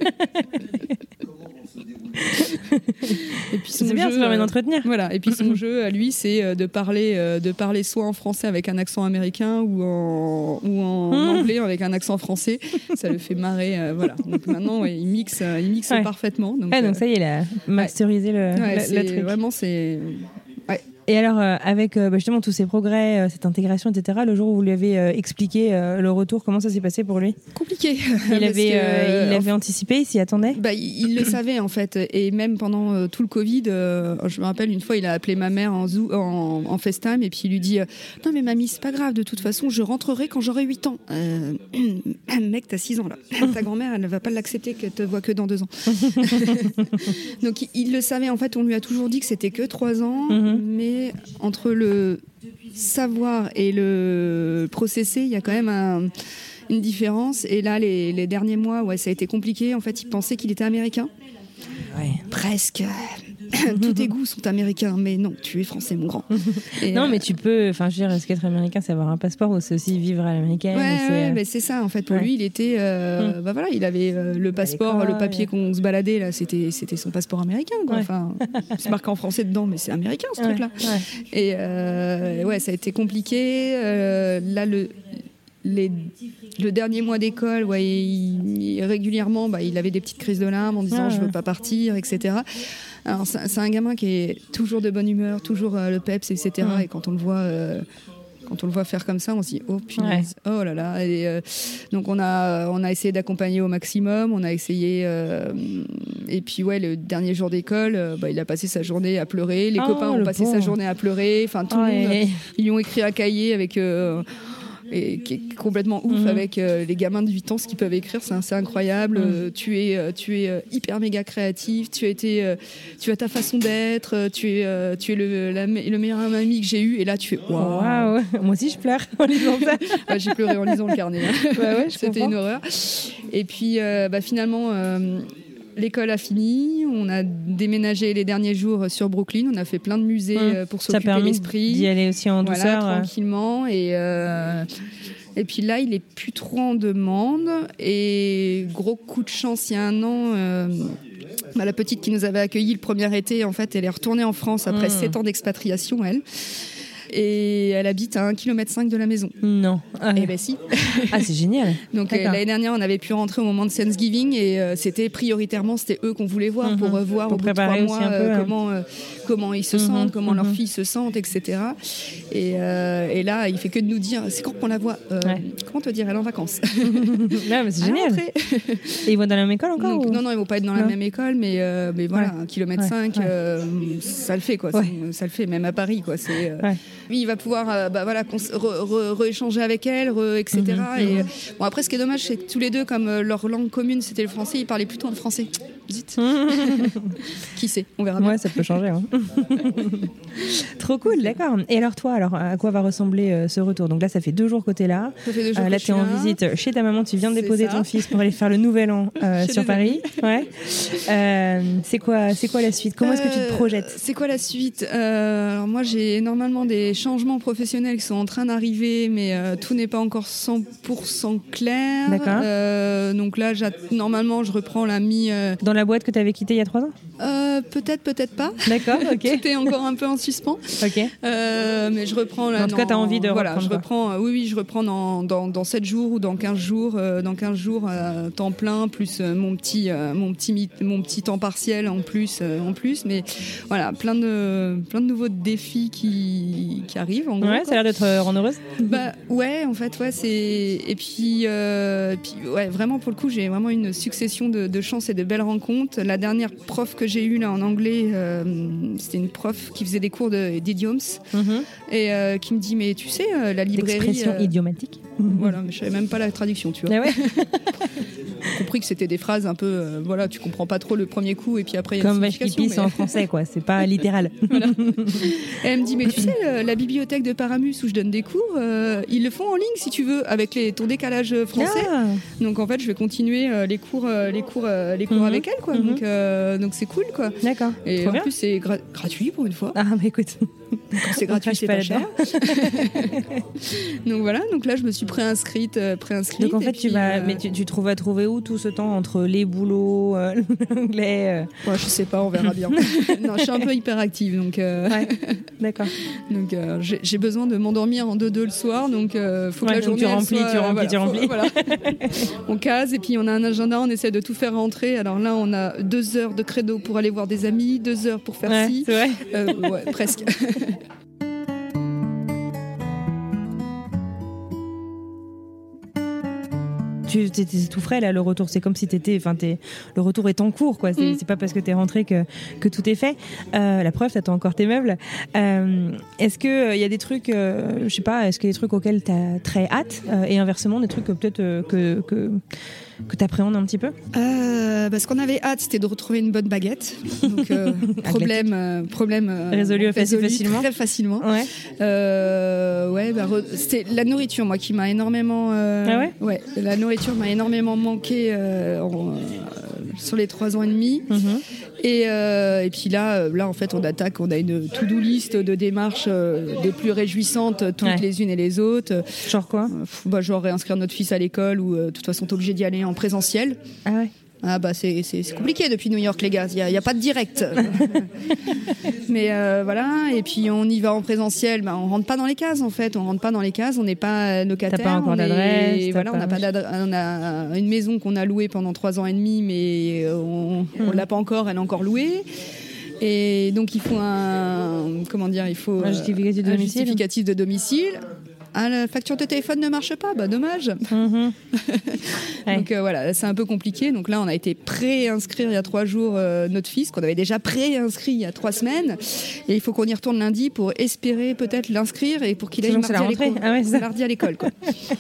Et puis son c'est bien, jeu, ça permet d'entretenir. Voilà. Et puis son jeu, à lui, c'est de parler, euh, de parler soit en français avec un accent américain ou en, ou en mmh. anglais avec un accent français. Ça le fait marrer. Euh, voilà. Donc maintenant, ouais, il mixe, euh, il mixe ouais. parfaitement. Donc, ouais, donc ça y est, il a masterisé ouais. le, ouais, le, le truc. Vraiment, c'est. Ouais. Et alors, euh, avec euh, bah justement tous ces progrès, euh, cette intégration, et cetera, le jour où vous lui avez euh, expliqué euh, le retour, comment ça s'est passé pour lui ? Compliqué. Il avait, que, euh, il avait en... anticipé, il s'y attendait ? Bah, il, il le savait en fait. Et même pendant euh, tout le Covid, euh, je me rappelle une fois, il a appelé ma mère en, Zoom, en, en FaceTime et puis il lui dit euh, « Non mais mamie, c'est pas grave, de toute façon, je rentrerai quand j'aurai huit ans. Euh, » Mec, t'as six ans là. Ta grand-mère, elle ne va pas l'accepter qu'elle te voit que dans deux ans. Donc il, il le savait, en fait, on lui a toujours dit que c'était que trois ans, mm-hmm. mais entre le savoir et le processer, il y a quand même un, une différence. Et là, les, les derniers mois, ouais, ça a été compliqué. En fait, il pensait qu'il était américain. Ouais. Presque. Tous tes goûts sont américains, mais non, tu es français, mon grand. Et non, euh... mais tu peux, enfin, je veux dire, est-ce qu'être américain, c'est avoir un passeport ou c'est aussi vivre à l'américaine? Ouais, c'est, ouais, euh... bah, c'est ça. En fait, pour ouais. lui, il était, euh, mmh. bah voilà, il avait euh, le passeport, le papier qu'on se baladait là, c'était, c'était son passeport américain, quoi. Ouais. Enfin, c'est marqué en français dedans, mais c'est américain ce ouais. truc-là. Ouais. Et euh, ouais, ça a été compliqué. Euh, là, le Les, le dernier mois d'école, ouais, il, il, régulièrement, bah, il avait des petites crises de larmes en disant ah, je veux pas partir, et cetera. Alors c'est, c'est un gamin qui est toujours de bonne humeur, toujours euh, le peps, et cetera. Ouais. Et quand on le voit, euh, quand on le voit faire comme ça, on se dit oh punaise, ouais. oh là là. Et, euh, donc on a, on a essayé d'accompagner au maximum, on a essayé. Euh, et puis ouais, le dernier jour d'école, euh, bah, il a passé sa journée à pleurer. Les oh, copains ont passé bon. sa journée à pleurer. Enfin tout oh, le monde, et... ils lui ont écrit un cahier avec. Euh, et qui est complètement ouf mmh. avec euh, les gamins de huit ans, ce qu'ils peuvent écrire, c'est, c'est incroyable. Mmh. Euh, tu es, euh, tu es euh, hyper méga créatif, tu as, été, euh, tu as ta façon d'être, euh, tu es, euh, tu es le, la, le meilleur ami que j'ai eu, et là tu fais waouh. Wow. Moi aussi je pleure en lisant ça. Ouais, j'ai pleuré en lisant le carnet. Bah ouais, c'était comprends. Une horreur. Et puis euh, bah, finalement. Euh, L'école a fini, on a déménagé les derniers jours sur Brooklyn, on a fait plein de musées mmh. pour s'occuper ça a permis l'esprit. D'y aller aussi en douceur. Voilà, tranquillement. Et, euh, et puis là, il est plus trop en demande. Et gros coup de chance, il y a un an, euh, bah, la petite qui nous avait accueillis le premier été, en fait, elle est retournée en France après mmh. sept ans d'expatriation, elle. Et elle habite à un virgule cinq kilomètres de la maison. Non. Ah, et ben si. Ah, c'est génial. Donc euh, l'année dernière, on avait pu rentrer au moment de Thanksgiving et euh, c'était prioritairement, c'était eux qu'on voulait voir mm-hmm. pour euh, voir pour au bout de trois mois peu, euh, hein. comment euh, comment ils se mm-hmm. sentent, comment mm-hmm. leurs filles se sentent, et cetera. Et, euh, et là, il fait que de nous dire, c'est quand qu'on la voit euh, ouais. Comment te dire, elle est en vacances. Non, mais c'est génial. Et ils vont dans la même école encore Donc, ou... Non, non, ils vont pas être dans non. la même école, mais euh, mais voilà, ouais. un kilomètre cinq, ouais. euh, ça le fait quoi. Ouais. Ça le fait, même à Paris quoi. C'est. Euh, ouais. Lui, il va pouvoir euh, bah voilà, rééchanger re, re, avec elle, re, et cetera. Mm-hmm. Et bon, après, ce qui est dommage, c'est que tous les deux, comme euh, leur langue commune, c'était le français, ils parlaient plutôt en français. Zut. Qui sait, on verra bien. Ouais, ça peut changer. Hein. Trop cool, d'accord. Et alors toi, alors à quoi va ressembler euh, ce retour? Donc là, ça fait deux jours que t'es là. Ça fait deux jours euh, là, que t'es en là. visite chez ta maman. Tu viens de c'est déposer ça. ton fils pour aller faire le nouvel an euh, sur Paris. Ouais. Euh, c'est quoi, c'est quoi la suite? Comment euh, est-ce que tu te projettes? C'est quoi la suite? euh, Alors moi, j'ai normalement des changements professionnels qui sont en train d'arriver, mais euh, tout n'est pas encore cent pour cent clair. D'accord. Euh, donc là, normalement, je reprends la mi. Euh... Dans la boîte que tu avais quittée il y a trois ans? euh, Peut-être, peut-être pas. D'accord, ok. Tout est encore un peu en suspens. Ok. Euh, mais je reprends là. En tout cas, tu as envie de voilà, reprendre. Je reprends, oui, oui, je reprends dans, dans, dans sept jours ou dans quinze jours, euh, dans quinze jours, euh, temps plein, plus euh, mon, petit, euh, mon, petit, mon petit temps partiel en plus. Euh, en plus. Mais voilà, plein de, plein de nouveaux défis qui, qui arrivent. En gros, ouais, quoi. Ça a l'air d'être euh, rendre heureuse. Bah, ouais, en fait, ouais, c'est. Et puis, euh, puis, ouais, vraiment, pour le coup, j'ai vraiment une succession de, de chances et de belles rencontres. La dernière prof que j'ai eue là en anglais, euh, c'était une prof qui faisait des cours de, d'idioms mm-hmm. et euh, qui me dit, mais tu sais, euh, la librairie. L'expression euh, idiomatique. Voilà, mais je savais même pas la traduction, tu vois. Ah ouais. J'ai compris que c'était des phrases un peu, euh, voilà, tu comprends pas trop le premier coup et puis après il y a comme vache qui pisse mais... en français, quoi. C'est pas littéral. Voilà. Et elle me dit, mais tu sais, euh, la bibliothèque de Paramus où je donne des cours, euh, ils le font en ligne si tu veux, avec les, ton décalage français. Ah. Donc en fait, je vais continuer euh, les cours, euh, les cours, euh, les cours mm-hmm. avec elle, quoi. Mm-hmm. Donc, euh, donc c'est cool, quoi. D'accord. Et trop en bien. plus, c'est gra- gratuit pour une fois. Ah, bah écoute. Quand c'est gratuit, c'est pas, pas cher. Donc voilà, donc là, je me suis préinscrite, euh, préinscrite. Donc en fait, puis, tu vas, euh... mais tu, tu trouves à trouver où tout ce temps entre les boulots, euh, l'anglais. Euh... Ouais, je sais pas, on verra bien. Non, je suis un peu hyperactive, donc. Euh... Ouais, d'accord. Donc euh, j'ai, j'ai besoin de m'endormir en deux deux le soir, donc euh, faut ouais, que la journée tu remplis, soit, tu remplis, voilà, tu remplis. Faut, voilà. On case et puis on a un agenda, on essaie de tout faire rentrer. Alors là, on a deux heures de credo pour aller voir des amis, deux heures pour faire ouais, ci. C'est vrai. Euh, ouais, presque. Tu t'es tout frais là, le retour, c'est comme si t'étais, enfin t'es, le retour est en cours, quoi. C'est, mm. c'est pas parce que t'es rentré que que tout est fait. Euh, la preuve, t'attends encore tes meubles. Euh, est-ce que il euh, y a des trucs, euh, je sais pas, est-ce qu'il y a des trucs auxquels t'as très hâte euh, et inversement des trucs que peut-être euh, que que que tu appréhendes un petit peu? euh, bah, Ce qu'on avait hâte, c'était de retrouver une bonne baguette. Donc, euh, problème, euh, problème euh, résolu, résolu facilement. Très facilement. Ouais. Euh, ouais, bah, re... c'était la nourriture, moi, qui m'a énormément. Euh... Ah ouais? Ouais, la nourriture m'a énormément manqué euh, en, euh, sur les trois ans et demi. Mm-hmm. Et, euh, et puis là, là, en fait, on attaque, on a une to-do list de démarches euh, des plus réjouissantes, toutes ouais. les unes et les autres. Genre quoi? euh, bah, Genre réinscrire notre fils à l'école ou euh, de toute façon, t'es obligé d'y aller en présentiel. Ah ouais. Ah bah c'est, c'est, c'est compliqué depuis New York, les gars. Il n'y a, a pas de direct. Mais euh, voilà. Et puis on y va en présentiel. Bah, on rentre pas dans les cases en fait. On rentre pas dans les cases. On n'est pas locataire. T'as pas encore on d'adresse. Est... Voilà, pas... on n'a pas d'adresse. On a une maison qu'on a louée pendant trois ans et demi, mais on, on mmh. l'a pas encore. Elle est encore louée. Et donc il faut un comment dire, il faut un justificatif de un domicile. Justificatif de domicile. Ah, la facture de téléphone ne marche pas, bah dommage. Mmh. Ouais. Donc euh, voilà, c'est un peu compliqué. Donc là, on a été pré-inscrire il y a trois jours euh, notre fils, qu'on avait déjà pré-inscrit il y a trois semaines. Et il faut qu'on y retourne lundi pour espérer peut-être l'inscrire et pour qu'il aille mardi à l'école. Ah ouais, c'est mardi à l'école, quoi.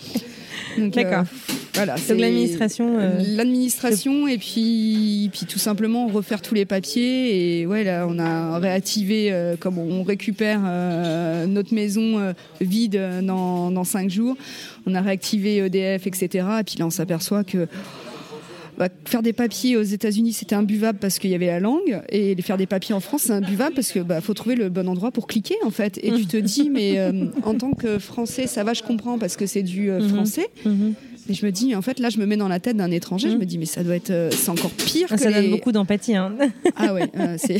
Donc, d'accord. Euh, voilà, c'est donc l'administration. Euh... L'administration et puis, puis tout simplement refaire tous les papiers. Et ouais, là, on a réactivé, euh, comme on récupère euh, notre maison euh, vide dans, dans cinq jours. On a réactivé E D F, et cetera. Et puis là, on s'aperçoit que bah, faire des papiers aux États-Unis, c'était imbuvable parce qu'il y avait la langue, et faire des papiers en France, c'est imbuvable parce que bah, faut trouver le bon endroit pour cliquer en fait. Et tu te dis, mais euh, en tant que Français, ça va, je comprends parce que c'est du euh, français. Mm-hmm. Et je me dis, en fait, là, je me mets dans la tête d'un étranger. Mmh. Je me dis, mais ça doit être, euh, c'est encore pire. Ah, que ça les... donne beaucoup d'empathie. Hein. Ah ouais, euh, c'est.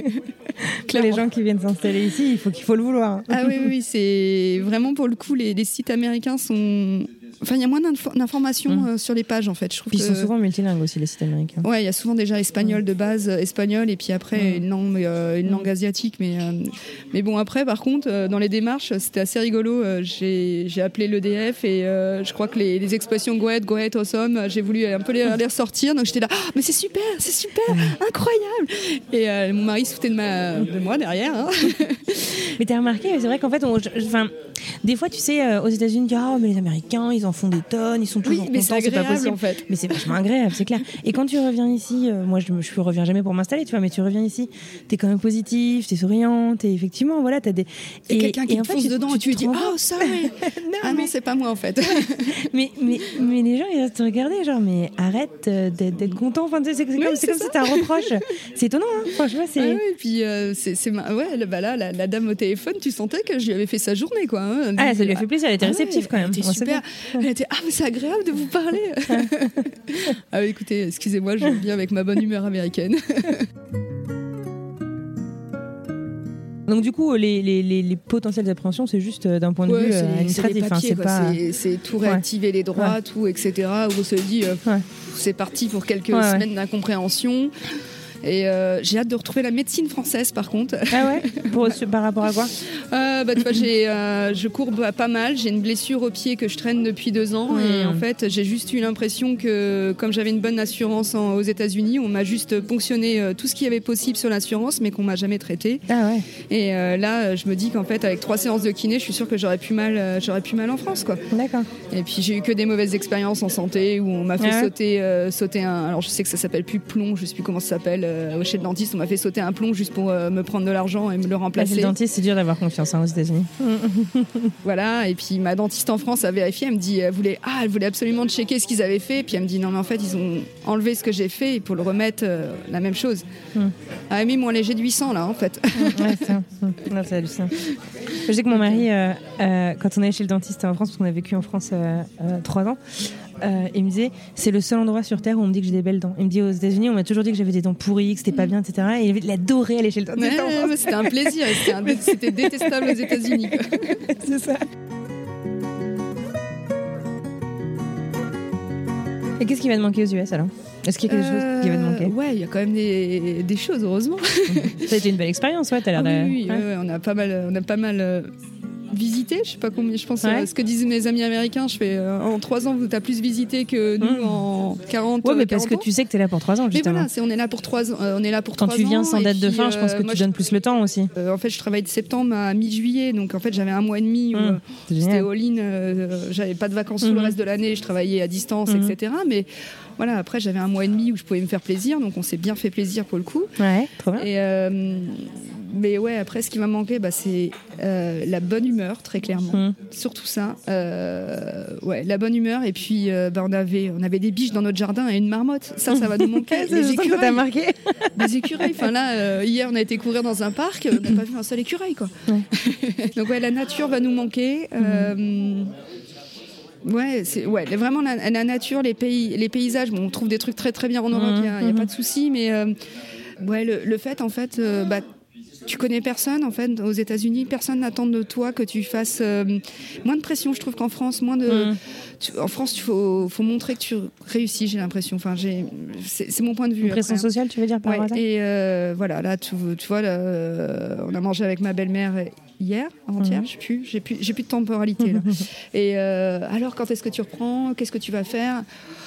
Pour les gens qui viennent s'installer ici, il faut qu'il faut le vouloir. Ah oui, oui, c'est vraiment pour le coup, les, les sites américains sont. Enfin, il y a moins d'informations mmh. euh, sur les pages, en fait. Je trouve puis que... ils sont souvent multilingues aussi, les sites américains. Ouais, il y a souvent déjà espagnol de base, espagnol, et puis après mmh. une langue, euh, une langue asiatique. Mais, euh... mais bon, après, par contre, euh, dans les démarches, c'était assez rigolo. Euh, j'ai, j'ai appelé l'E D F et euh, je crois que les, les expressions go ahead, go ahead, awesome, j'ai voulu un peu les, les ressortir. Donc j'étais là, ah, mais c'est super, c'est super, incroyable. Et euh, mon mari se foutait de, ma, de moi derrière. Hein. Mais t'as remarqué, c'est vrai qu'en fait, on, enfin, des fois, tu sais, euh, aux États-Unis, oh, mais les Américains, ils en font des tonnes, ils sont toujours oui, mais contents, c'est, c'est pas possible. En fait. Mais c'est vachement agréable, c'est clair. Et quand tu reviens ici, euh, moi, je, je reviens jamais pour m'installer, tu vois, mais tu reviens ici, t'es quand même positif, t'es souriant, t'es effectivement, voilà, t'as des. Et, et quelqu'un qui et te fonce dedans tu, et tu lui dis, oh, ça, oui. non, ah mais... non, c'est pas moi en fait. mais, mais, mais les gens, ils restent te regarder, genre, mais arrête d'être, d'être content. Enfin, c'est, c'est, c'est oui, comme, c'est comme si t'as un reproche. C'est étonnant, hein, franchement. C'est... Ah oui, et puis, euh, c'est, c'est ma... ouais, bah là, la, la dame au téléphone, tu sentais que je lui avais fait sa journée, quoi. Hein. Ah, ça lui a fait plaisir, elle était réceptive ah ouais, quand même. Elle était super. Elle était, ah, mais c'est agréable de vous parler. Ah oui, écoutez, excusez-moi, je viens avec ma bonne humeur américaine. Donc du coup, les, les, les, les potentielles appréhensions, c'est juste d'un point de ouais, vue c'est, administratif. c'est, papiers, enfin, c'est, pas... c'est, c'est tout réactiver ouais. les droits, ouais. tout, et cetera. Où on se dit, euh, ouais. c'est parti pour quelques ouais, semaines ouais. d'incompréhension. Et euh, j'ai hâte de retrouver la médecine française par contre. Ah ouais pour, par rapport à quoi euh, bah, tu vois, j'ai, euh, je courbe pas mal, j'ai une blessure au pied que je traîne depuis deux ans mmh. et en fait j'ai juste eu l'impression que comme j'avais une bonne assurance en, aux États-Unis, on m'a juste ponctionné euh, tout ce qu'il y avait possible sur l'assurance mais qu'on m'a jamais traité. Ah ouais. Et euh, là je me dis qu'en fait avec trois séances de kiné je suis sûre que j'aurais pu mal, euh, j'aurais pu mal en France quoi. D'accord. Et puis j'ai eu que des mauvaises expériences en santé où on m'a fait ah ouais. sauter, euh, sauter un, alors je sais que ça s'appelle plus plomb, je sais plus comment ça s'appelle. Euh, chez le dentiste, on m'a fait sauter un plomb juste pour euh, me prendre de l'argent et me le remplacer. Ah, le dentiste, c'est dur d'avoir confiance hein, aux États-Unis. Voilà, et puis ma dentiste en France a vérifié, elle me dit, elle voulait, ah, elle voulait absolument checker ce qu'ils avaient fait, puis elle me dit non mais en fait ils ont enlevé ce que j'ai fait pour le remettre euh, la même chose. Mm. Ah mais ils m'ont allégé de huit cents là en fait. Ouais, c'est, non, c'est hallucinant. Je sais que mon mari, euh, euh, quand on allait chez le dentiste en France, parce qu'on a vécu en France euh, euh, trois ans. Euh, il me disait c'est le seul endroit sur terre où on me dit que j'ai des belles dents. Il me dit aux États-Unis on m'a toujours dit que j'avais des dents pourries, que c'était pas bien, et cetera. Et il adorait aller chez le dentiste. Ouais, ouais, c'était un plaisir, c'était, un, c'était détestable aux États-Unis. C'est ça. Et qu'est-ce qui va te manquer aux U S alors ? Est-ce qu'il y a quelque euh, chose qui va te manquer ? Ouais, il y a quand même des, des choses heureusement. Ça a été une belle expérience, ouais. T'as l'air ah, de... Oui, oui, ouais. Ouais, on a pas mal, on a pas mal. Euh... visité, je sais pas combien, je pense ouais. euh, ce que disent mes amis américains, je fais euh, en trois ans, tu as plus visité que nous mmh. en quarante. Ouais, mais euh, parce que ans. tu sais que tu es là pour trois ans, justement. Mais voilà, c'est, on est là pour trois ans. Euh, on est là pour Quand tu viens ans, sans date puis, de fin, je pense que euh, tu donnes plus le temps aussi. Euh, en fait, je travaille de septembre à mi-juillet, donc en fait, j'avais un mois et demi où mmh, c'était all-in, euh, j'avais pas de vacances mmh. tout le reste de l'année, je travaillais à distance, mmh. et cetera. Mais voilà, après, j'avais un mois et demi où je pouvais me faire plaisir, donc on s'est bien fait plaisir pour le coup. Ouais, trop bien. Et, euh, mais ouais, après, ce qui m'a manqué, bah, c'est euh, la bonne humeur, très clairement. Mmh. Surtout ça. Euh, ouais, la bonne humeur. Et puis, euh, bah, on, avait, on avait des biches dans notre jardin et une marmotte. Ça, ça va nous manquer. Les écureuils. Ça t'a marqué. Des écureuils. Enfin, là, euh, hier, on a été courir dans un parc. On n'a pas vu un seul écureuil, quoi. Ouais. Donc, ouais, la nature va nous manquer. Euh, mmh. Ouais, c'est, ouais, vraiment la, la nature, les, pays, les paysages. Bon, on trouve des trucs très, très bien en Europe. Il mmh. n'y a, a pas de souci. Mais euh, ouais, le, le fait, en fait... Euh, bah, tu connais personne en fait aux États-Unis, personne n'attend de toi que tu fasses euh, moins de pression. Je trouve qu'en France, moins de, mmh. tu, en France, il faut, faut montrer que tu réussis. J'ai l'impression. Enfin, j'ai, c'est, c'est mon point de vue. Une pression après. sociale, tu veux dire par ouais, et euh, voilà, là, tu, tu vois, là, euh, on a mangé avec ma belle-mère hier, avant-hier, mmh. je sais plus, j'ai plus, j'ai plus de temporalité là. Et euh, alors, quand est-ce que tu reprends ? Qu'est-ce que tu vas faire ?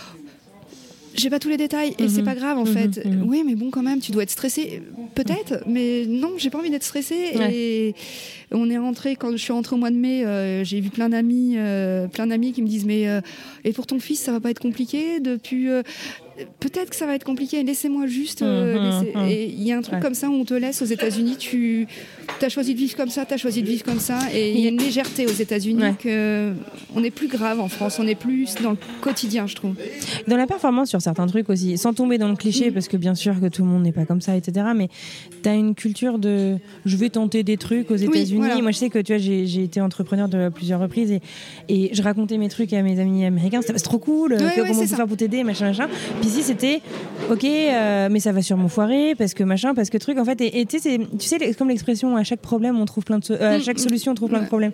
J'ai pas tous les détails et mmh. c'est pas grave en mmh. fait. Mmh. Oui, mais bon, quand même, tu dois être stressée. Peut-être, mais non, j'ai pas envie d'être stressée. Ouais. Et on est rentré, quand je suis rentrée au mois de mai, euh, j'ai vu plein d'amis, euh, plein d'amis qui me disent mais euh, et pour ton fils, ça va pas être compliqué depuis. Euh, Peut-être que ça va être compliqué, laissez-moi juste... Euh, mmh, laisser... mmh. Et il y a un truc ouais. comme ça où on te laisse aux États-Unis, tu as choisi de vivre comme ça, tu as choisi de vivre comme ça, et il y a une légèreté aux États-Unis ouais. qu'on est plus grave en France, on est plus dans le quotidien, je trouve. Dans la performance sur certains trucs aussi, sans tomber dans le cliché, mmh. parce que bien sûr que tout le monde n'est pas comme ça, et cetera, mais tu as une culture de je vais tenter des trucs aux États-Unis. Oui, voilà. Moi, je sais que tu vois, j'ai, j'ai été entrepreneur de plusieurs reprises, et, et je racontais mes trucs à mes amis américains, c'était c'est trop cool, ouais, que, ouais, comment on peut ça. faire pour t'aider, machin, machin. Puis ici, c'était ok, euh, mais ça va sûrement foirer parce que machin, parce que truc en fait. Et tu sais, tu sais, comme l'expression à chaque problème on trouve plein de, so- euh, à chaque solution on trouve plein de problèmes.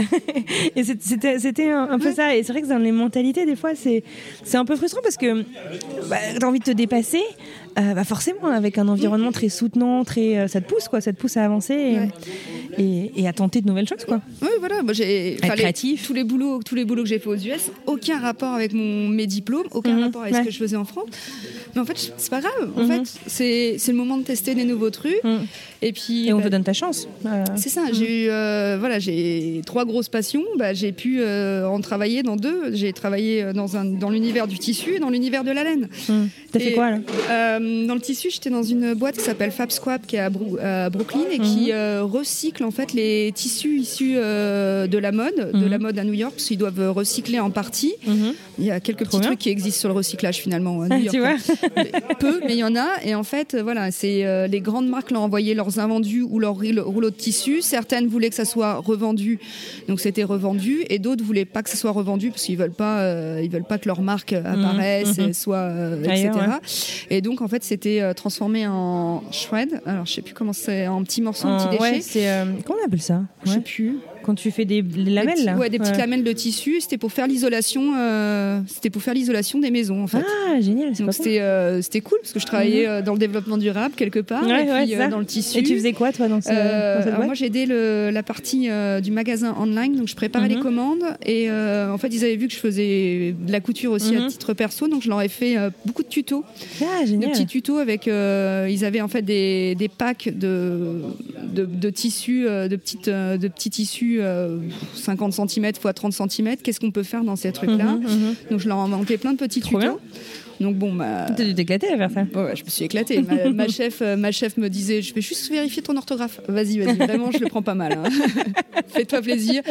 Et c'était, c'était un, un peu ça. Et c'est vrai que dans les mentalités, des fois, c'est, c'est un peu frustrant parce que bah, t'as envie de te dépasser. Euh, bah forcément, avec un environnement très soutenant, très, euh, ça te pousse, quoi, ça te pousse à avancer et, ouais. et, et à tenter de nouvelles choses, quoi. Oui, voilà. Moi, j'ai être créatif. Les, tous les boulots, tous les boulots que j'ai fait aux U S, aucun rapport avec mon mes diplômes, aucun mmh, rapport avec ouais. ce que je faisais en France. Mais en fait, c'est pas grave. En mmh. fait, c'est c'est le moment de tester des nouveaux trucs. Mmh. Et puis. Et on bah, te donne ta chance. Euh... C'est ça. Mmh. J'ai eu, euh, voilà, j'ai trois grosses passions. Bah, j'ai pu euh, en travailler dans deux. J'ai travaillé dans un dans l'univers du tissu et dans l'univers de la laine. Mmh. T'as et, fait quoi là euh, Dans le tissu, j'étais dans une boîte qui s'appelle Fab Squab, qui est à, Bru- à Brooklyn et mmh. qui euh, recycle en fait les tissus issus euh, de la mode, mmh. de la mode à New York, parce qu'ils doivent recycler en partie. Mmh. Il y a quelques Trop petits bien. trucs qui existent sur le recyclage finalement à New York. Tu vois mais, peu, mais il y en a. Et en fait, voilà, c'est euh, les grandes marques leur envoyé leurs invendus ou leurs rouleaux de tissu. Certaines voulaient que ça soit revendu, donc c'était revendu, et d'autres voulaient pas que ça soit revendu parce qu'ils veulent pas, euh, ils veulent pas que leur marque apparaisse, mmh. et soit, euh, Ailleurs, et cetera. Ouais. Et donc en fait, c'était euh, transformé en shred. Alors je sais plus comment c'est, en petits morceaux, en petits déchets. Ouais, c'est euh, comment on appelle ça Je ouais. sais plus. Quand tu fais des, des lamelles, des petits, là ouais, des petites ouais. lamelles de tissu. C'était pour faire l'isolation. Euh, c'était pour faire l'isolation des maisons, en fait. Ah, génial. C'est Donc c'était, euh, c'était cool parce que je travaillais mmh. dans le développement durable quelque part, ouais, et ouais, puis euh, dans le tissu. Et tu faisais quoi, toi, dans, ce, euh, dans cette boîte ? Moi, j'ai aidé le, la partie euh, du magasin online. Donc je préparais mmh. les commandes, et euh, en fait, ils avaient vu que je faisais de la couture aussi mmh. à titre perso, donc je leur ai fait euh, beaucoup de tutos. Ah, génial. Des petits tutos avec. Euh, ils avaient en fait des, des packs de de, de tissus, euh, de petites, euh, de petits tissus. Euh, cinquante centimètres fois trente centimètres, qu'est-ce qu'on peut faire dans ces trucs-là ? mmh, mmh. Donc je leur ai inventé plein de petits Trop tutos. Bien. Donc bon, ma... T'as dû t'éclater à faire ça. Ouais, je me suis éclatée. Ma, ma, chef, ma chef me disait, je vais juste vérifier ton orthographe. Vas-y, vas-y, vraiment, je le prends pas mal. Hein. Fais-toi plaisir.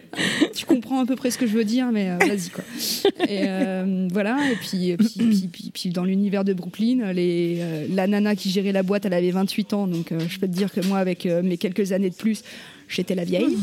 Tu comprends à peu près ce que je veux dire, mais euh, vas-y, quoi. Et euh, voilà, et puis, puis, puis, puis, puis dans l'univers de Brooklyn, les, euh, la nana qui gérait la boîte, elle avait vingt-huit ans, donc euh, je peux te dire que moi, avec euh, mes quelques années de plus, j'étais la vieille.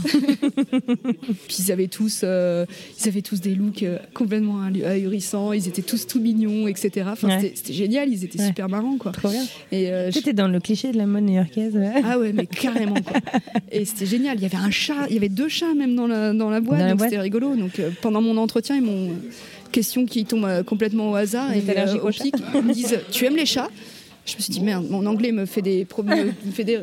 Puis ils avaient tous, euh, ils avaient tous des looks euh, complètement ahurissants. Ils étaient tous tout mignons, et cetera. Enfin, ouais. c'était, c'était génial. Ils étaient ouais. super marrants, quoi. Trop bien. Et euh, t'étais je... dans le cliché de la mode new-yorkaise. Ouais. Ah ouais, mais carrément, quoi. Et c'était génial. Il y avait un chat. Il y avait deux chats même dans la dans la boîte. Dans donc la boîte. C'était rigolo. Donc euh, pendant mon entretien, ils m'ont question qui tombe euh, complètement au hasard. Et euh, au pic, ils me disent, tu aimes les chats ? Je me suis dit merde, mon anglais me fait des problèmes, me fait des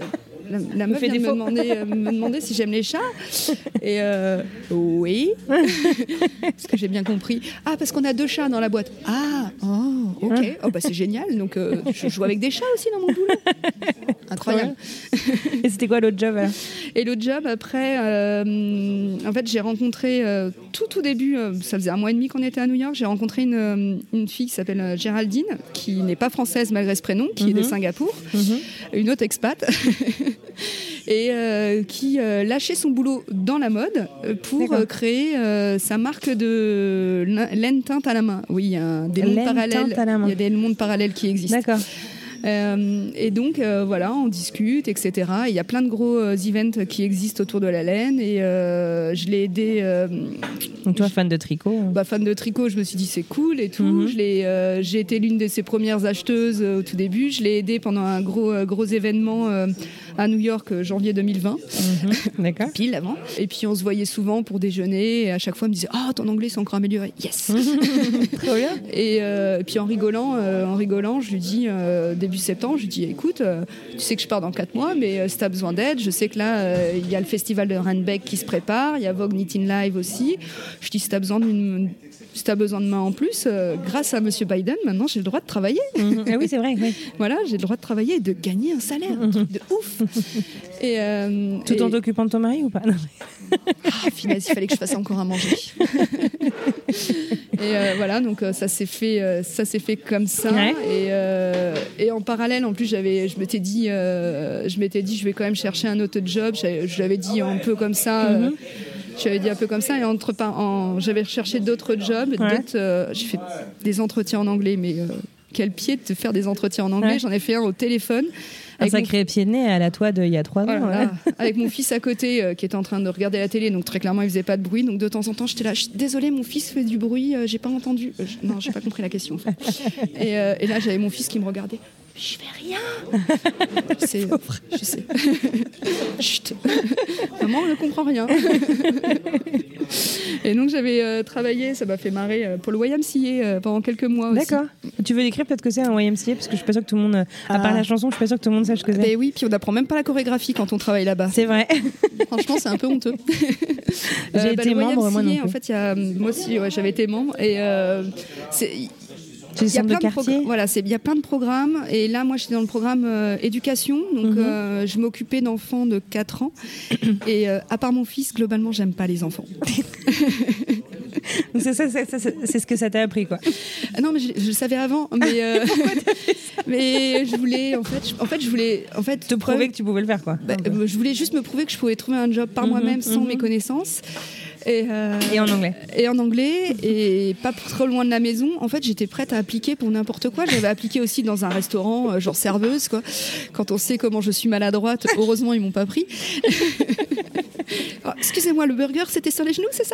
la, la meuf vient de me demander, euh, me demander si j'aime les chats. Et euh, oui, parce que j'ai bien compris. Ah, parce qu'on a deux chats dans la boîte. Ah, oh, ok. Oh, bah, c'est génial. Donc, euh, je joue avec des chats aussi dans mon boulot. Incroyable. Et c'était quoi l'autre job alors? Et l'autre job, après, euh, en fait, j'ai rencontré euh, tout tout début, euh, ça faisait un mois et demi qu'on était à New York, j'ai rencontré une, une fille qui s'appelle euh, Géraldine, qui n'est pas française malgré ce prénom, qui mm-hmm. est de Singapour, mm-hmm. une autre expat, et euh, qui euh, lâchait son boulot dans la mode pour euh, créer euh, sa marque de laine teinte à la main. Oui, il y a des mondes parallèles. Il y a des mondes parallèles qui existent. D'accord. Euh, et donc euh, voilà, on discute, et cetera. Il y a plein de gros euh, events qui existent autour de la laine et euh, je l'ai aidé. Euh, donc toi, fan de tricot hein. Bah fan de tricot, je me suis dit c'est cool et tout. Mm-hmm. Je l'ai, euh, j'ai été l'une de ses premières acheteuses euh, au tout début. Je l'ai aidé pendant un gros euh, gros événement euh, à New York, euh, janvier deux mille vingt. Mm-hmm. D'accord. Pile avant. Et puis on se voyait souvent pour déjeuner. Et à chaque fois, elle me disait oh ton anglais c'est encore amélioré. Yes. Trop bien. Et euh, puis en rigolant, euh, en rigolant, je lui dis euh, début septembre, je lui dis écoute, euh, tu sais que je pars dans quatre mois, mais euh, si tu as besoin d'aide, je sais que là, il euh, y a le festival de Randbeck qui se prépare, il y a Vogue Knitting Live aussi. Je dis si tu as besoin d'une si tu as besoin de main en plus, euh, grâce à Monsieur Biden, maintenant j'ai le droit de travailler. Mmh. Ah oui, c'est vrai. Oui. Voilà, j'ai le droit de travailler et de gagner un salaire, un truc de ouf. Et, euh, Tout et... en t'occupant de ton mari ou pas? Non. Ah, finesse, il fallait que je fasse encore à manger. Et euh, voilà, donc euh, ça s'est fait, euh, ça s'est fait comme ça. Ouais. Et, euh, et en parallèle, en plus, j'avais, je m'étais dit, euh, je m'étais dit, je vais quand même chercher un autre job. J'avais, je l'avais dit un peu comme ça. Euh, mm-hmm. J'avais dit un peu comme ça. Et entre, en, j'avais recherché d'autres jobs. Ouais. D'autres, euh, j'ai fait des entretiens en anglais, mais euh, quel pied de faire des entretiens en anglais. Ouais. J'en ai fait un au téléphone. Un sacré mon... pied de nez à la toi d'il y a trois ans. Voilà, ouais. Avec mon fils à côté euh, qui était en train de regarder la télé, donc très clairement il faisait pas de bruit. Donc de temps en temps j'étais là, désolée, mon fils fait du bruit, euh, j'ai pas entendu. Euh, je... Non, j'ai pas compris la question en fait. Et, euh, et là j'avais mon fils qui me regardait. Je fais rien. C'est, je sais. Chut. Maman ne comprend rien. Et donc j'avais euh, travaillé, ça m'a fait marrer euh, pour le Y M C A euh, pendant quelques mois aussi. D'accord. Tu veux décrire peut-être que c'est un Y M C A parce que je suis pas sûre que tout le monde, à ah. part la chanson, je suis pas sûre que tout le monde sache ce que c'est. Ben oui, puis on n'apprend même pas la chorégraphie quand on travaille là-bas. C'est vrai. Franchement, c'est un peu honteux. J'ai euh, été bah, membre, moi non plus. En fait, il y a, moi aussi, ouais, j'avais été membre et euh, c'est. Il y a plein de, de progr- voilà, c'est il y a plein de programmes et là moi j'étais dans le programme euh, éducation donc mm-hmm. euh, je m'occupais d'enfants de quatre ans et euh, à part mon fils globalement j'aime pas les enfants. Donc c'est, ça, c'est, ça, c'est ce que ça t'a appris quoi. Ah non mais je, je le savais avant mais euh, mais je voulais en fait je, en fait je voulais en fait te prouver preuve, que tu pouvais le faire quoi. Bah, okay. Je voulais juste me prouver que je pouvais trouver un job par mm-hmm, moi-même sans mm-hmm. mes connaissances. Et, euh, et en anglais. Et en anglais, et pas trop loin de la maison. En fait, j'étais prête à appliquer pour n'importe quoi. J'avais appliqué aussi dans un restaurant, euh, genre serveuse, quoi. Quand on sait comment je suis maladroite, heureusement, ils m'ont pas pris. Oh, excusez-moi, le burger, c'était sur les genoux, c'est ça?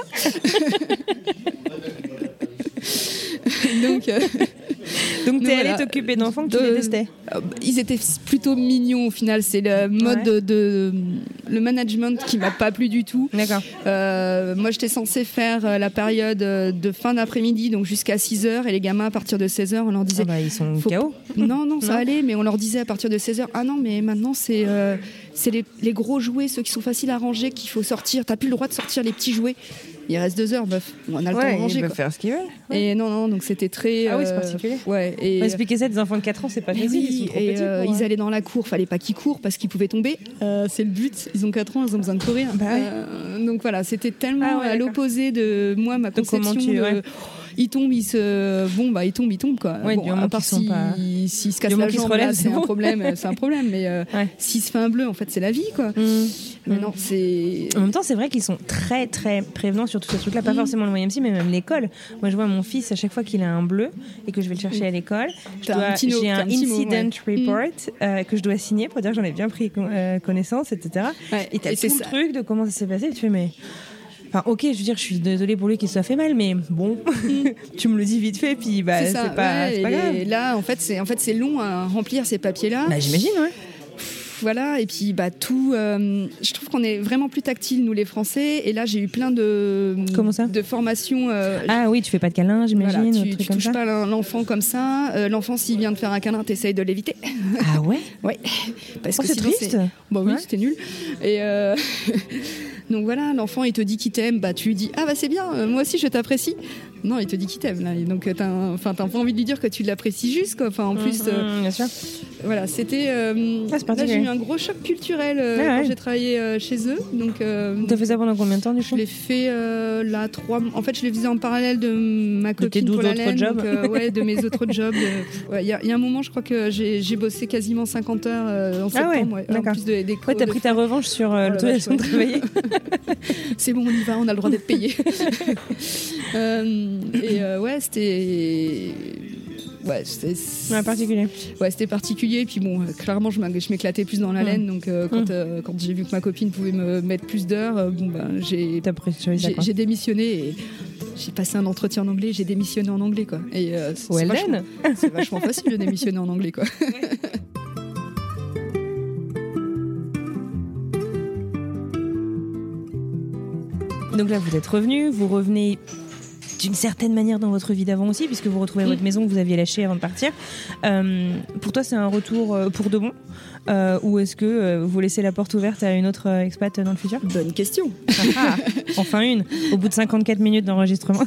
Donc... Euh... Donc t'es allée voilà. t'occuper d'enfants que tu les testais. Euh, ils étaient plutôt mignons au final. C'est le mode ouais. de, de le management qui m'a pas plu du tout. D'accord. Euh, moi j'étais censée faire la période de fin d'après-midi, donc jusqu'à six heures, et les gamins à partir de seize heures on leur disait. Ah bah, ils sont faut... K O. Non non ça non. allait, mais on leur disait à partir de seize heures ah non mais maintenant c'est euh, c'est les, les gros jouets, ceux qui sont faciles à ranger, qu'il faut sortir. T'as plus le droit de sortir les petits jouets. Il reste deux heures, meuf. On a le ouais, temps de ranger. Ils peuvent faire ce qu'ils veulent. Ouais. Et non, non, donc c'était très. Ah oui, c'est particulier. Euh, ouais. Et on expliquer ça à des enfants de quatre ans, c'est pas facile. Oui, ils sont trop et petits. Euh, pour, ils allaient dans la cour, fallait pas qu'ils courent parce qu'ils pouvaient tomber. Euh, c'est le but. Ils ont quatre ans, ils ont besoin de courir. Bah ouais. euh, donc voilà, c'était tellement ah ouais, à l'opposé de moi, ma conception. Tu, de, ouais. Ils tombent, ils se. Bon, bah, ils tombent, ils tombent, quoi. Ouais, bon, à part s'ils pas... si, se cassent la jambe, relèvent, là, c'est, c'est un problème, c'est un problème. Mais euh, ouais. s'il se fait un bleu, en fait, c'est la vie, quoi. Mmh. Mais mmh. non, c'est. En même temps, c'est vrai qu'ils sont très, très prévenants sur tout ce truc-là. Pas mmh. forcément le Y M C A, mais même l'école. Moi, je vois mon fils, à chaque fois qu'il a un bleu et que je vais le chercher à l'école, je dois, un j'ai un incident mot, ouais. report euh, que je dois signer pour dire que j'en ai bien pris euh, connaissance, et cetera. Ouais. Et t'as et tout le ça. truc de comment ça s'est passé. Et tu fais, mais. Enfin, ok, je veux dire, je suis désolée pour lui qu'il se soit fait mal, mais bon, tu me le dis vite fait, puis bah, c'est, c'est, pas, ouais, c'est pas grave. Et là, en fait, c'est, en fait, c'est long à remplir ces papiers-là. Bah, j'imagine, ouais. voilà, et puis bah, tout. Euh, je trouve qu'on est vraiment plus tactile, nous les Français. Et là, j'ai eu plein de, Comment ça de formations. Euh, ah oui, tu fais pas de câlin, j'imagine. Voilà, tu, tu comme touches ça. pas l'enfant comme ça. Euh, l'enfant, s'il vient de faire un câlin, t'essayes de l'éviter. Ah ouais. Ouais. Parce oh, que c'est sinon, triste. C'est... Bah oui, ouais. c'était nul. Et euh... donc voilà, l'enfant, il te dit qu'il t'aime, bah tu lui dis ah bah c'est bien, euh, moi aussi je t'apprécie. Non, il te dit qu'il t'aime là, et donc t'as, un... enfin, t'as pas envie de lui dire que tu l'apprécies juste quoi. Enfin en plus, mmh, euh... bien sûr. Voilà, c'était. Euh... Ah, là, j'ai eu un gros choc culturel euh, ah, quand ouais. j'ai travaillé euh, chez eux. Donc. Euh... T'as fait ça pendant combien de temps du coup ? Je l'ai fait euh, là trois. En fait, je les faisais en parallèle de ma copine pour la laine, jobs. Donc, euh, ouais, de mes autres jobs. Il ouais, y, y a un moment, je crois que j'ai, j'ai bossé quasiment cinquante heures euh, en septembre. Ah ouais, ouais, d'accord. En plus de, des ouais, t'as pris ta revanche sur euh, oh, l'autorisation de travailler. C'est bon, on y va, on a le droit d'être payé. euh, et euh, ouais, c'était. Ouais, c'était ouais, particulier. Ouais, c'était particulier. Puis bon, euh, clairement, je m'éclatais plus dans la mmh. laine. Donc, euh, quand, mmh. euh, quand j'ai vu que ma copine pouvait me mettre plus d'heures, euh, bon, ben, j'ai, j'ai, j'ai démissionné et j'ai passé un entretien en anglais. J'ai démissionné en anglais, quoi. Et euh, c'est, well vachement, c'est vachement facile de démissionner en anglais, quoi. Donc là, vous êtes revenu, vous revenez d'une certaine manière dans votre vie d'avant aussi, puisque vous retrouvez mmh. votre maison que vous aviez lâchée avant de partir. Euh, pour toi, c'est un retour euh, pour de bon euh, ou est-ce que euh, vous laissez la porte ouverte à une autre euh, expat dans le futur ? Bonne question. Ah, enfin une, au bout de cinquante-quatre minutes d'enregistrement.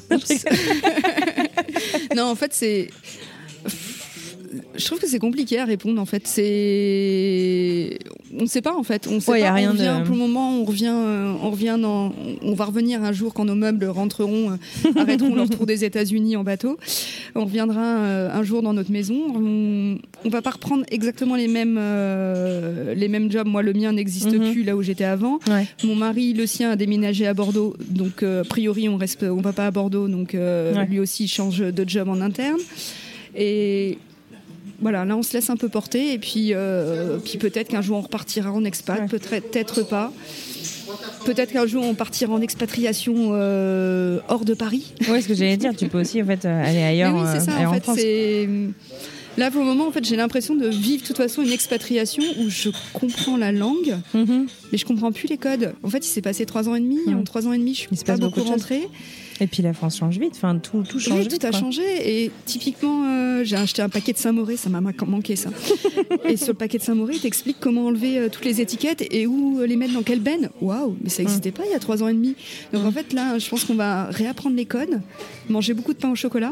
Non, en fait, c'est... Je trouve que c'est compliqué à répondre, en fait. C'est... On ne sait pas, en fait. On sait ouais, pas. Y a rien on revient, de... Pour le moment, on revient, euh, on revient dans... On va revenir un jour quand nos meubles rentreront, euh, arrêteront leur tour des États-Unis en bateau. On reviendra euh, un jour dans notre maison. On ne va pas reprendre exactement les mêmes, euh, les mêmes jobs. Moi, le mien n'existe mm-hmm. plus là où j'étais avant. Ouais. Mon mari, le sien, a déménagé à Bordeaux. Donc, euh, a priori, on reste, on va pas à Bordeaux. Donc, euh, ouais. lui aussi, il change de job en interne. Et... Voilà, là on se laisse un peu porter et puis, euh, puis peut-être qu'un jour on repartira en expat, ouais. peut-être, peut-être pas. Peut-être qu'un jour on partira en expatriation euh, hors de Paris. Oui, ce que j'allais dire, tu peux aussi en fait, aller ailleurs. Mais oui, c'est ça, euh, en fait, en France. C'est... Là, pour le moment, en fait, j'ai l'impression de vivre de toute façon une expatriation où je comprends la langue, mm-hmm. mais je comprends plus les codes. En fait, il s'est passé trois ans et demi. Mm. En trois ans et demi, je suis pas beaucoup rentrée. Et puis la France change vite, enfin tout, tout change oui, vite. tout a quoi. changé. Et typiquement, euh, j'ai acheté un paquet de Saint-Mauré, ça m'a manqué ça. Et sur le paquet de Saint-Mauré, il t'explique comment enlever euh, toutes les étiquettes et où les mettre dans quelle benne. Waouh, mais ça n'existait mm. pas il y a trois ans et demi. Donc mm. en fait, là, je pense qu'on va réapprendre les codes, manger beaucoup de pain au chocolat.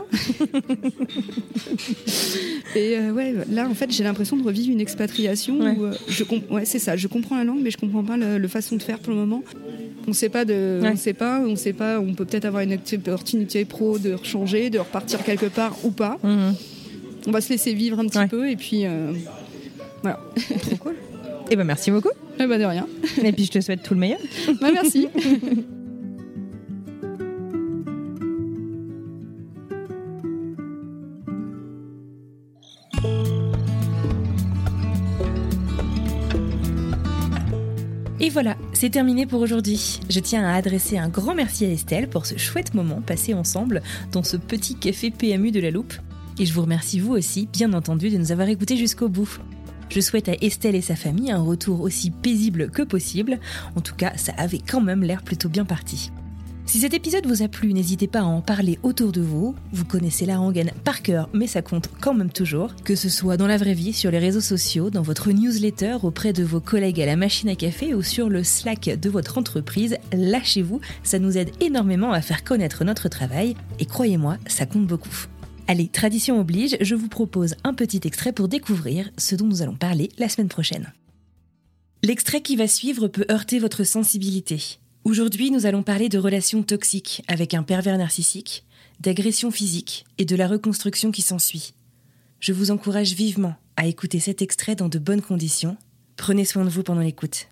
Et euh, ouais, là, en fait, j'ai l'impression de revivre une expatriation ouais. où euh, je comp- ouais, c'est ça, je comprends la langue, mais je comprends pas le, le façon de faire pour le moment. On sait pas de, ouais. on sait pas, on sait pas, on peut peut-être avoir une opportunité pro de changer, de repartir quelque part ou pas. Mmh. On va se laisser vivre un petit ouais. peu et puis euh, voilà. Trop cool. Et ben merci beaucoup. Et ben de rien. Et puis je te souhaite tout le meilleur. Ben merci. Et voilà, c'est terminé pour aujourd'hui. Je tiens à adresser un grand merci à Estelle pour ce chouette moment passé ensemble dans ce petit café P M U de la Loupe. Et je vous remercie vous aussi, bien entendu, de nous avoir écoutés jusqu'au bout. Je souhaite à Estelle et sa famille un retour aussi paisible que possible. En tout cas, ça avait quand même l'air plutôt bien parti. Si cet épisode vous a plu, n'hésitez pas à en parler autour de vous. Vous connaissez la rengaine par cœur, mais ça compte quand même toujours. Que ce soit dans la vraie vie, sur les réseaux sociaux, dans votre newsletter, auprès de vos collègues à la machine à café ou sur le Slack de votre entreprise, lâchez-vous, ça nous aide énormément à faire connaître notre travail. Et croyez-moi, ça compte beaucoup. Allez, tradition oblige, je vous propose un petit extrait pour découvrir ce dont nous allons parler la semaine prochaine. L'extrait qui va suivre peut heurter votre sensibilité. Aujourd'hui, nous allons parler de relations toxiques avec un pervers narcissique, d'agression physique et de la reconstruction qui s'ensuit. Je vous encourage vivement à écouter cet extrait dans de bonnes conditions. Prenez soin de vous pendant l'écoute.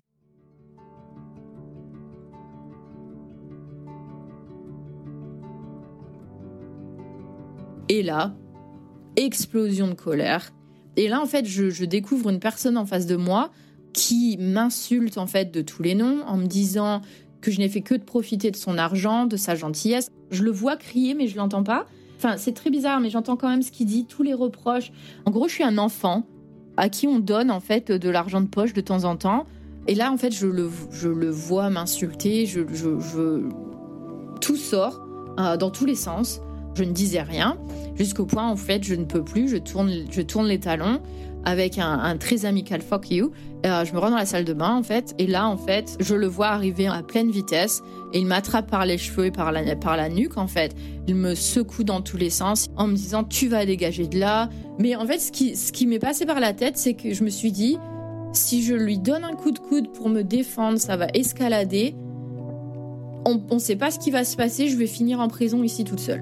Et là, explosion de colère. Et là, en fait, je, je découvre une personne en face de moi qui m'insulte en fait de tous les noms en me disant que je n'ai fait que de profiter de son argent, de sa gentillesse. Je le vois crier, mais je l'entends pas. Enfin, c'est très bizarre, mais j'entends quand même ce qu'il dit, tous les reproches. En gros, je suis un enfant à qui on donne en fait de l'argent de poche de temps en temps. Et là, en fait, je le, je le vois m'insulter, je, je, je... tout sort euh, dans tous les sens. Je ne disais rien, jusqu'au point, en fait, je ne peux plus, je tourne, je tourne les talons avec un, un très amical fuck you. Euh, je me rends dans la salle de bain, en fait, et là, en fait, je le vois arriver à pleine vitesse, et il m'attrape par les cheveux et par la, par la nuque, en fait. Il me secoue dans tous les sens, en me disant « tu vas dégager de là ». Mais en fait, ce qui, ce qui m'est passé par la tête, c'est que je me suis dit « si je lui donne un coup de coude pour me défendre, ça va escalader. On ne sait pas ce qui va se passer, je vais finir en prison ici toute seule ».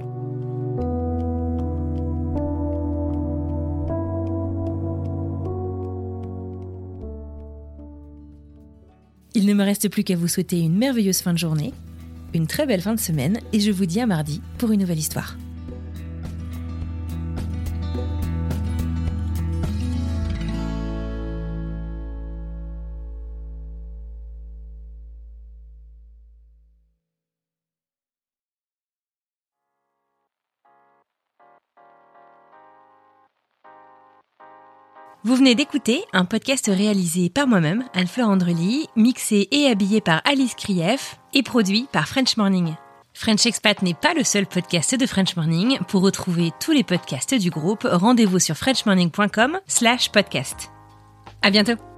Il ne me reste plus qu'à vous souhaiter une merveilleuse fin de journée, une très belle fin de semaine, et je vous dis à mardi pour une nouvelle histoire. Vous venez d'écouter un podcast réalisé par moi-même, Anne-Fleur Andrely, mixé et habillé par Alice Krief et produit par French Morning. French Expat n'est pas le seul podcast de French Morning. Pour retrouver tous les podcasts du groupe, rendez-vous sur french morning point com slash podcast. À bientôt.